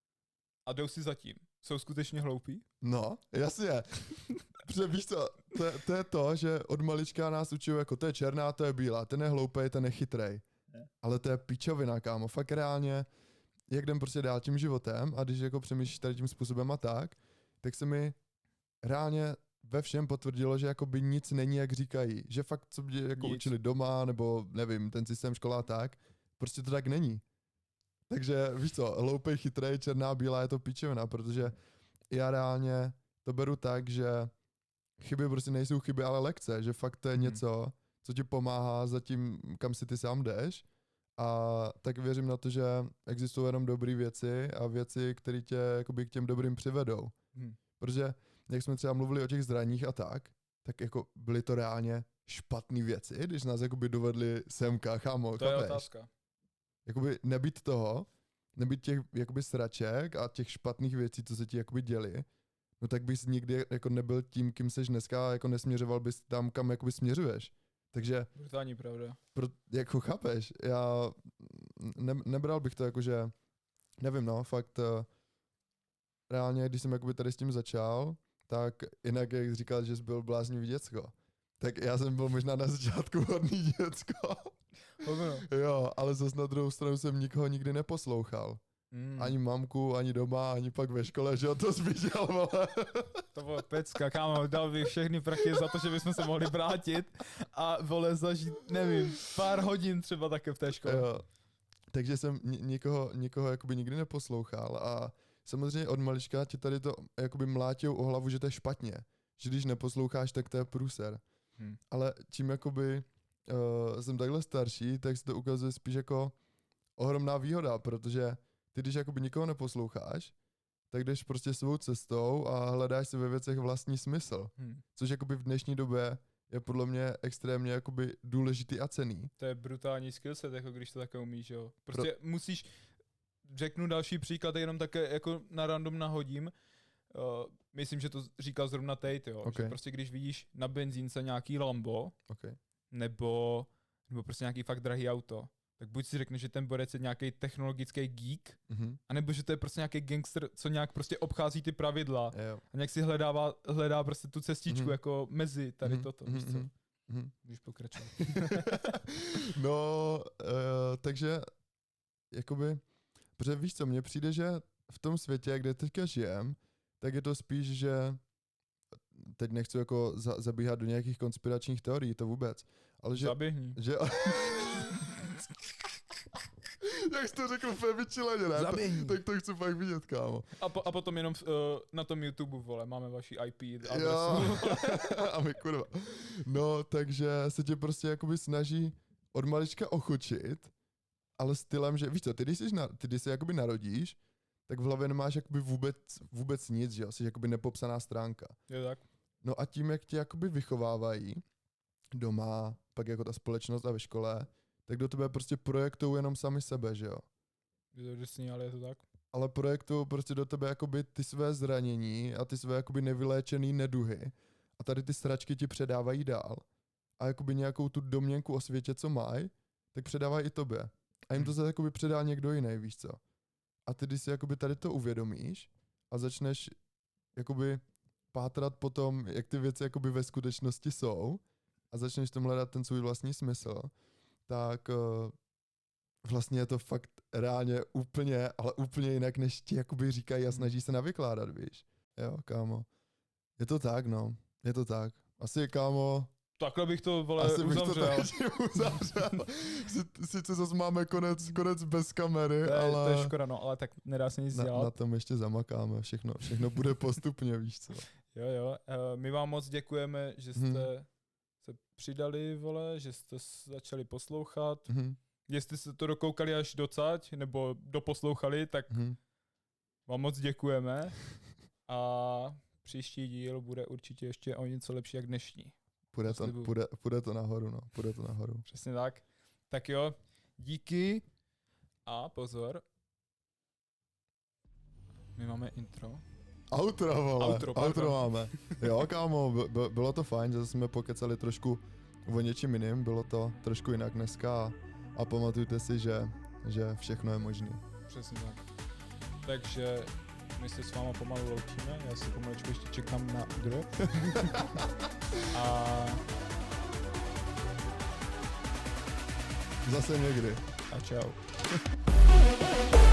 a jdou si zatím, jsou skutečně hloupí? No, jasně. Protože víš co, to, je- to je to, že od malička nás učí jako to je černá, to je bílá, ten je hloupej, ten je chytrej. Ne. Ale to je pičovina, kámo, fakt reálně, jak jdem prostě dál tím životem a když jako přemýšlíš tady tím způsobem a tak, tak se mi reálně ve všem potvrdilo, že jakoby nic není, jak říkají. Že fakt, co mě jako Nic. učili doma, nebo nevím, ten systém škola a tak, prostě to tak není. Takže víš co, hloupej, chytrej, černá, bílá je to pičovina, protože já reálně to beru tak, že chyby prostě nejsou chyby, ale lekce, že fakt to je Mhm. něco, co ti pomáhá za tím, kam si ty sám jdeš. A tak věřím na to, že existují jenom dobré věci a věci, které tě jakoby k těm dobrým přivedou. Hm. Protože, jak jsme třeba mluvili o těch zraních a tak, tak jako byly to reálně špatné věci, když nás jakoby dovedli semka, chámo, To je chápeš? otázka. Jakoby nebýt toho, nebýt těch jakoby sraček a těch špatných věcí, co se ti jakoby děli, no tak bys nikdy jako nebyl tím, kým seš dneska, jako nesměřoval bys tam, kam jakoby směřuješ. Takže, Brutální pravda. pro, jako chápeš, já ne, nebral bych to jako, že, nevím no, fakt, uh, reálně, když jsem jakoby tady s tím začal, tak jinak, jak říkal, že jsi byl bláznivý děcko, tak já jsem byl možná na začátku hodný děcko. Hovno. Jo, ale zase na druhou stranu jsem nikoho nikdy neposlouchal. Mm. Ani mamku, ani doma, ani pak ve škole, že jo, to zbížel, vole. To bylo pecka, kámo, dal bych všechny prachy za to, že bychom se mohli vrátit a vole zažít, nevím, pár hodin třeba také v té škole. Jo. Takže jsem ni- nikoho, nikoho jakoby nikdy neposlouchal a samozřejmě od malička ti tady to jakoby mlátějou o hlavu, že to je špatně. Že když neposloucháš, tak to je průser. Hmm. Ale tím jakoby uh, jsem takhle starší, tak se to ukazuje spíš jako ohromná výhoda, protože ty když jakoby nikoho neposloucháš, tak jdeš prostě svou cestou a hledáš si ve věcech vlastní smysl. Hmm. Což jakoby v dnešní době je podle mě extrémně jakoby důležitý a cenný. To je brutální skillset, jako když to také umíš, jo. Prostě Pro... musíš, řeknu další příklad, jenom také jako na random nahodím. Uh, myslím, že to říkal zrovna Tate, jo. Okay. Že prostě když vidíš na benzínce nějaký Lambo, Okay. nebo, nebo prostě nějaký fakt drahý auto, tak buď si řekneš, že ten borec je nějaký technologický geek, Mm-hmm. anebo že to je prostě nějaký gangster, co nějak prostě obchází ty pravidla Jo. a nějak si hledává, hledá prostě tu cestičku Mhm. jako mezi tady Mhm, toto, mhm, víš co? mhm. Můžeš pokračovat. No, uh, takže jakoby, protože víš co, mně přijde, že v tom světě, kde teďka žijem, tak je to spíš, že teď nechci jako za, zabíhat do nějakých konspiračních teorií, to vůbec, ale že... Zaběhni. že jak jsi to řekl v vyčileně, ne? Zaběhni. Tak to chci fakt vidět, kámo. A, po, a potom jenom uh, na tom YouTube, vole, máme vaši I P adresu. Jo, a my kurva. No, takže se tě prostě jakoby snaží od malička ochočit, ale stylem, že víš co, ty když, jsi na, ty když se jakoby narodíš, tak v hlavě nemáš jakoby vůbec, vůbec nic, že jo, jsi jakoby nepopsaná stránka. Je tak. No a tím, jak tě jakoby vychovávají doma, pak jako ta společnost a ve škole, tak do tebe prostě projektují jenom sami sebe, že jo. Je to drsný, ale je to tak. Ale projektují prostě do tebe jakoby ty své zranění a ty své jakoby nevyléčený neduhy a tady ty sračky ti předávají dál a jakoby nějakou tu domněnku o světě, co mají, tak předávají i tobě. A jim to zase jakoby předá někdo jiný, víš co. A ty, když si jakoby tady to uvědomíš a začneš jakoby pátrat po tom, jak ty věci jakoby ve skutečnosti jsou a začneš tomu hledat ten svůj vlastní smysl, tak uh, vlastně je to fakt reálně úplně, ale úplně jinak, než ti jakoby říkají a snaží se navykládat, víš. Jo, kámo. Je to tak, no. Je to tak. Asi, kámo, Takhle bych to, vole, asi bych uzavřel. to taky uzavřel. Sice zase máme konec, konec bez kamery, To je, ale to je škoda, no, ale tak nedá se nic na, dělat. na tom ještě zamakáme. Všechno, všechno bude postupně, víš co. Jo, jo. Uh, my vám moc děkujeme, že jste Hmm. se přidali, vole, že jste s- začali poslouchat. Mhm, Jestli jste to dokoukali až docať, nebo doposlouchali, tak mhm. vám moc děkujeme. A příští díl bude určitě ještě o něco lepší jak dnešní. Půjde to, Slibuju. půjde, půjde to nahoru, no. Půjde to nahoru. Přesně tak. Tak jo, díky. A pozor. My máme intro. Outro, vole. Outro, Outro, pardon. máme. Jo, kámo, b- b- bylo to fajn, že jsme pokecali trošku o něčím jiným, bylo to trošku jinak dneska a, a pamatujte si, že, že všechno je možný. Přesně tak. Takže my se s váma pomalu loučíme. Já si pomalečku ještě čekám na drop. A Zase někdy. a čau.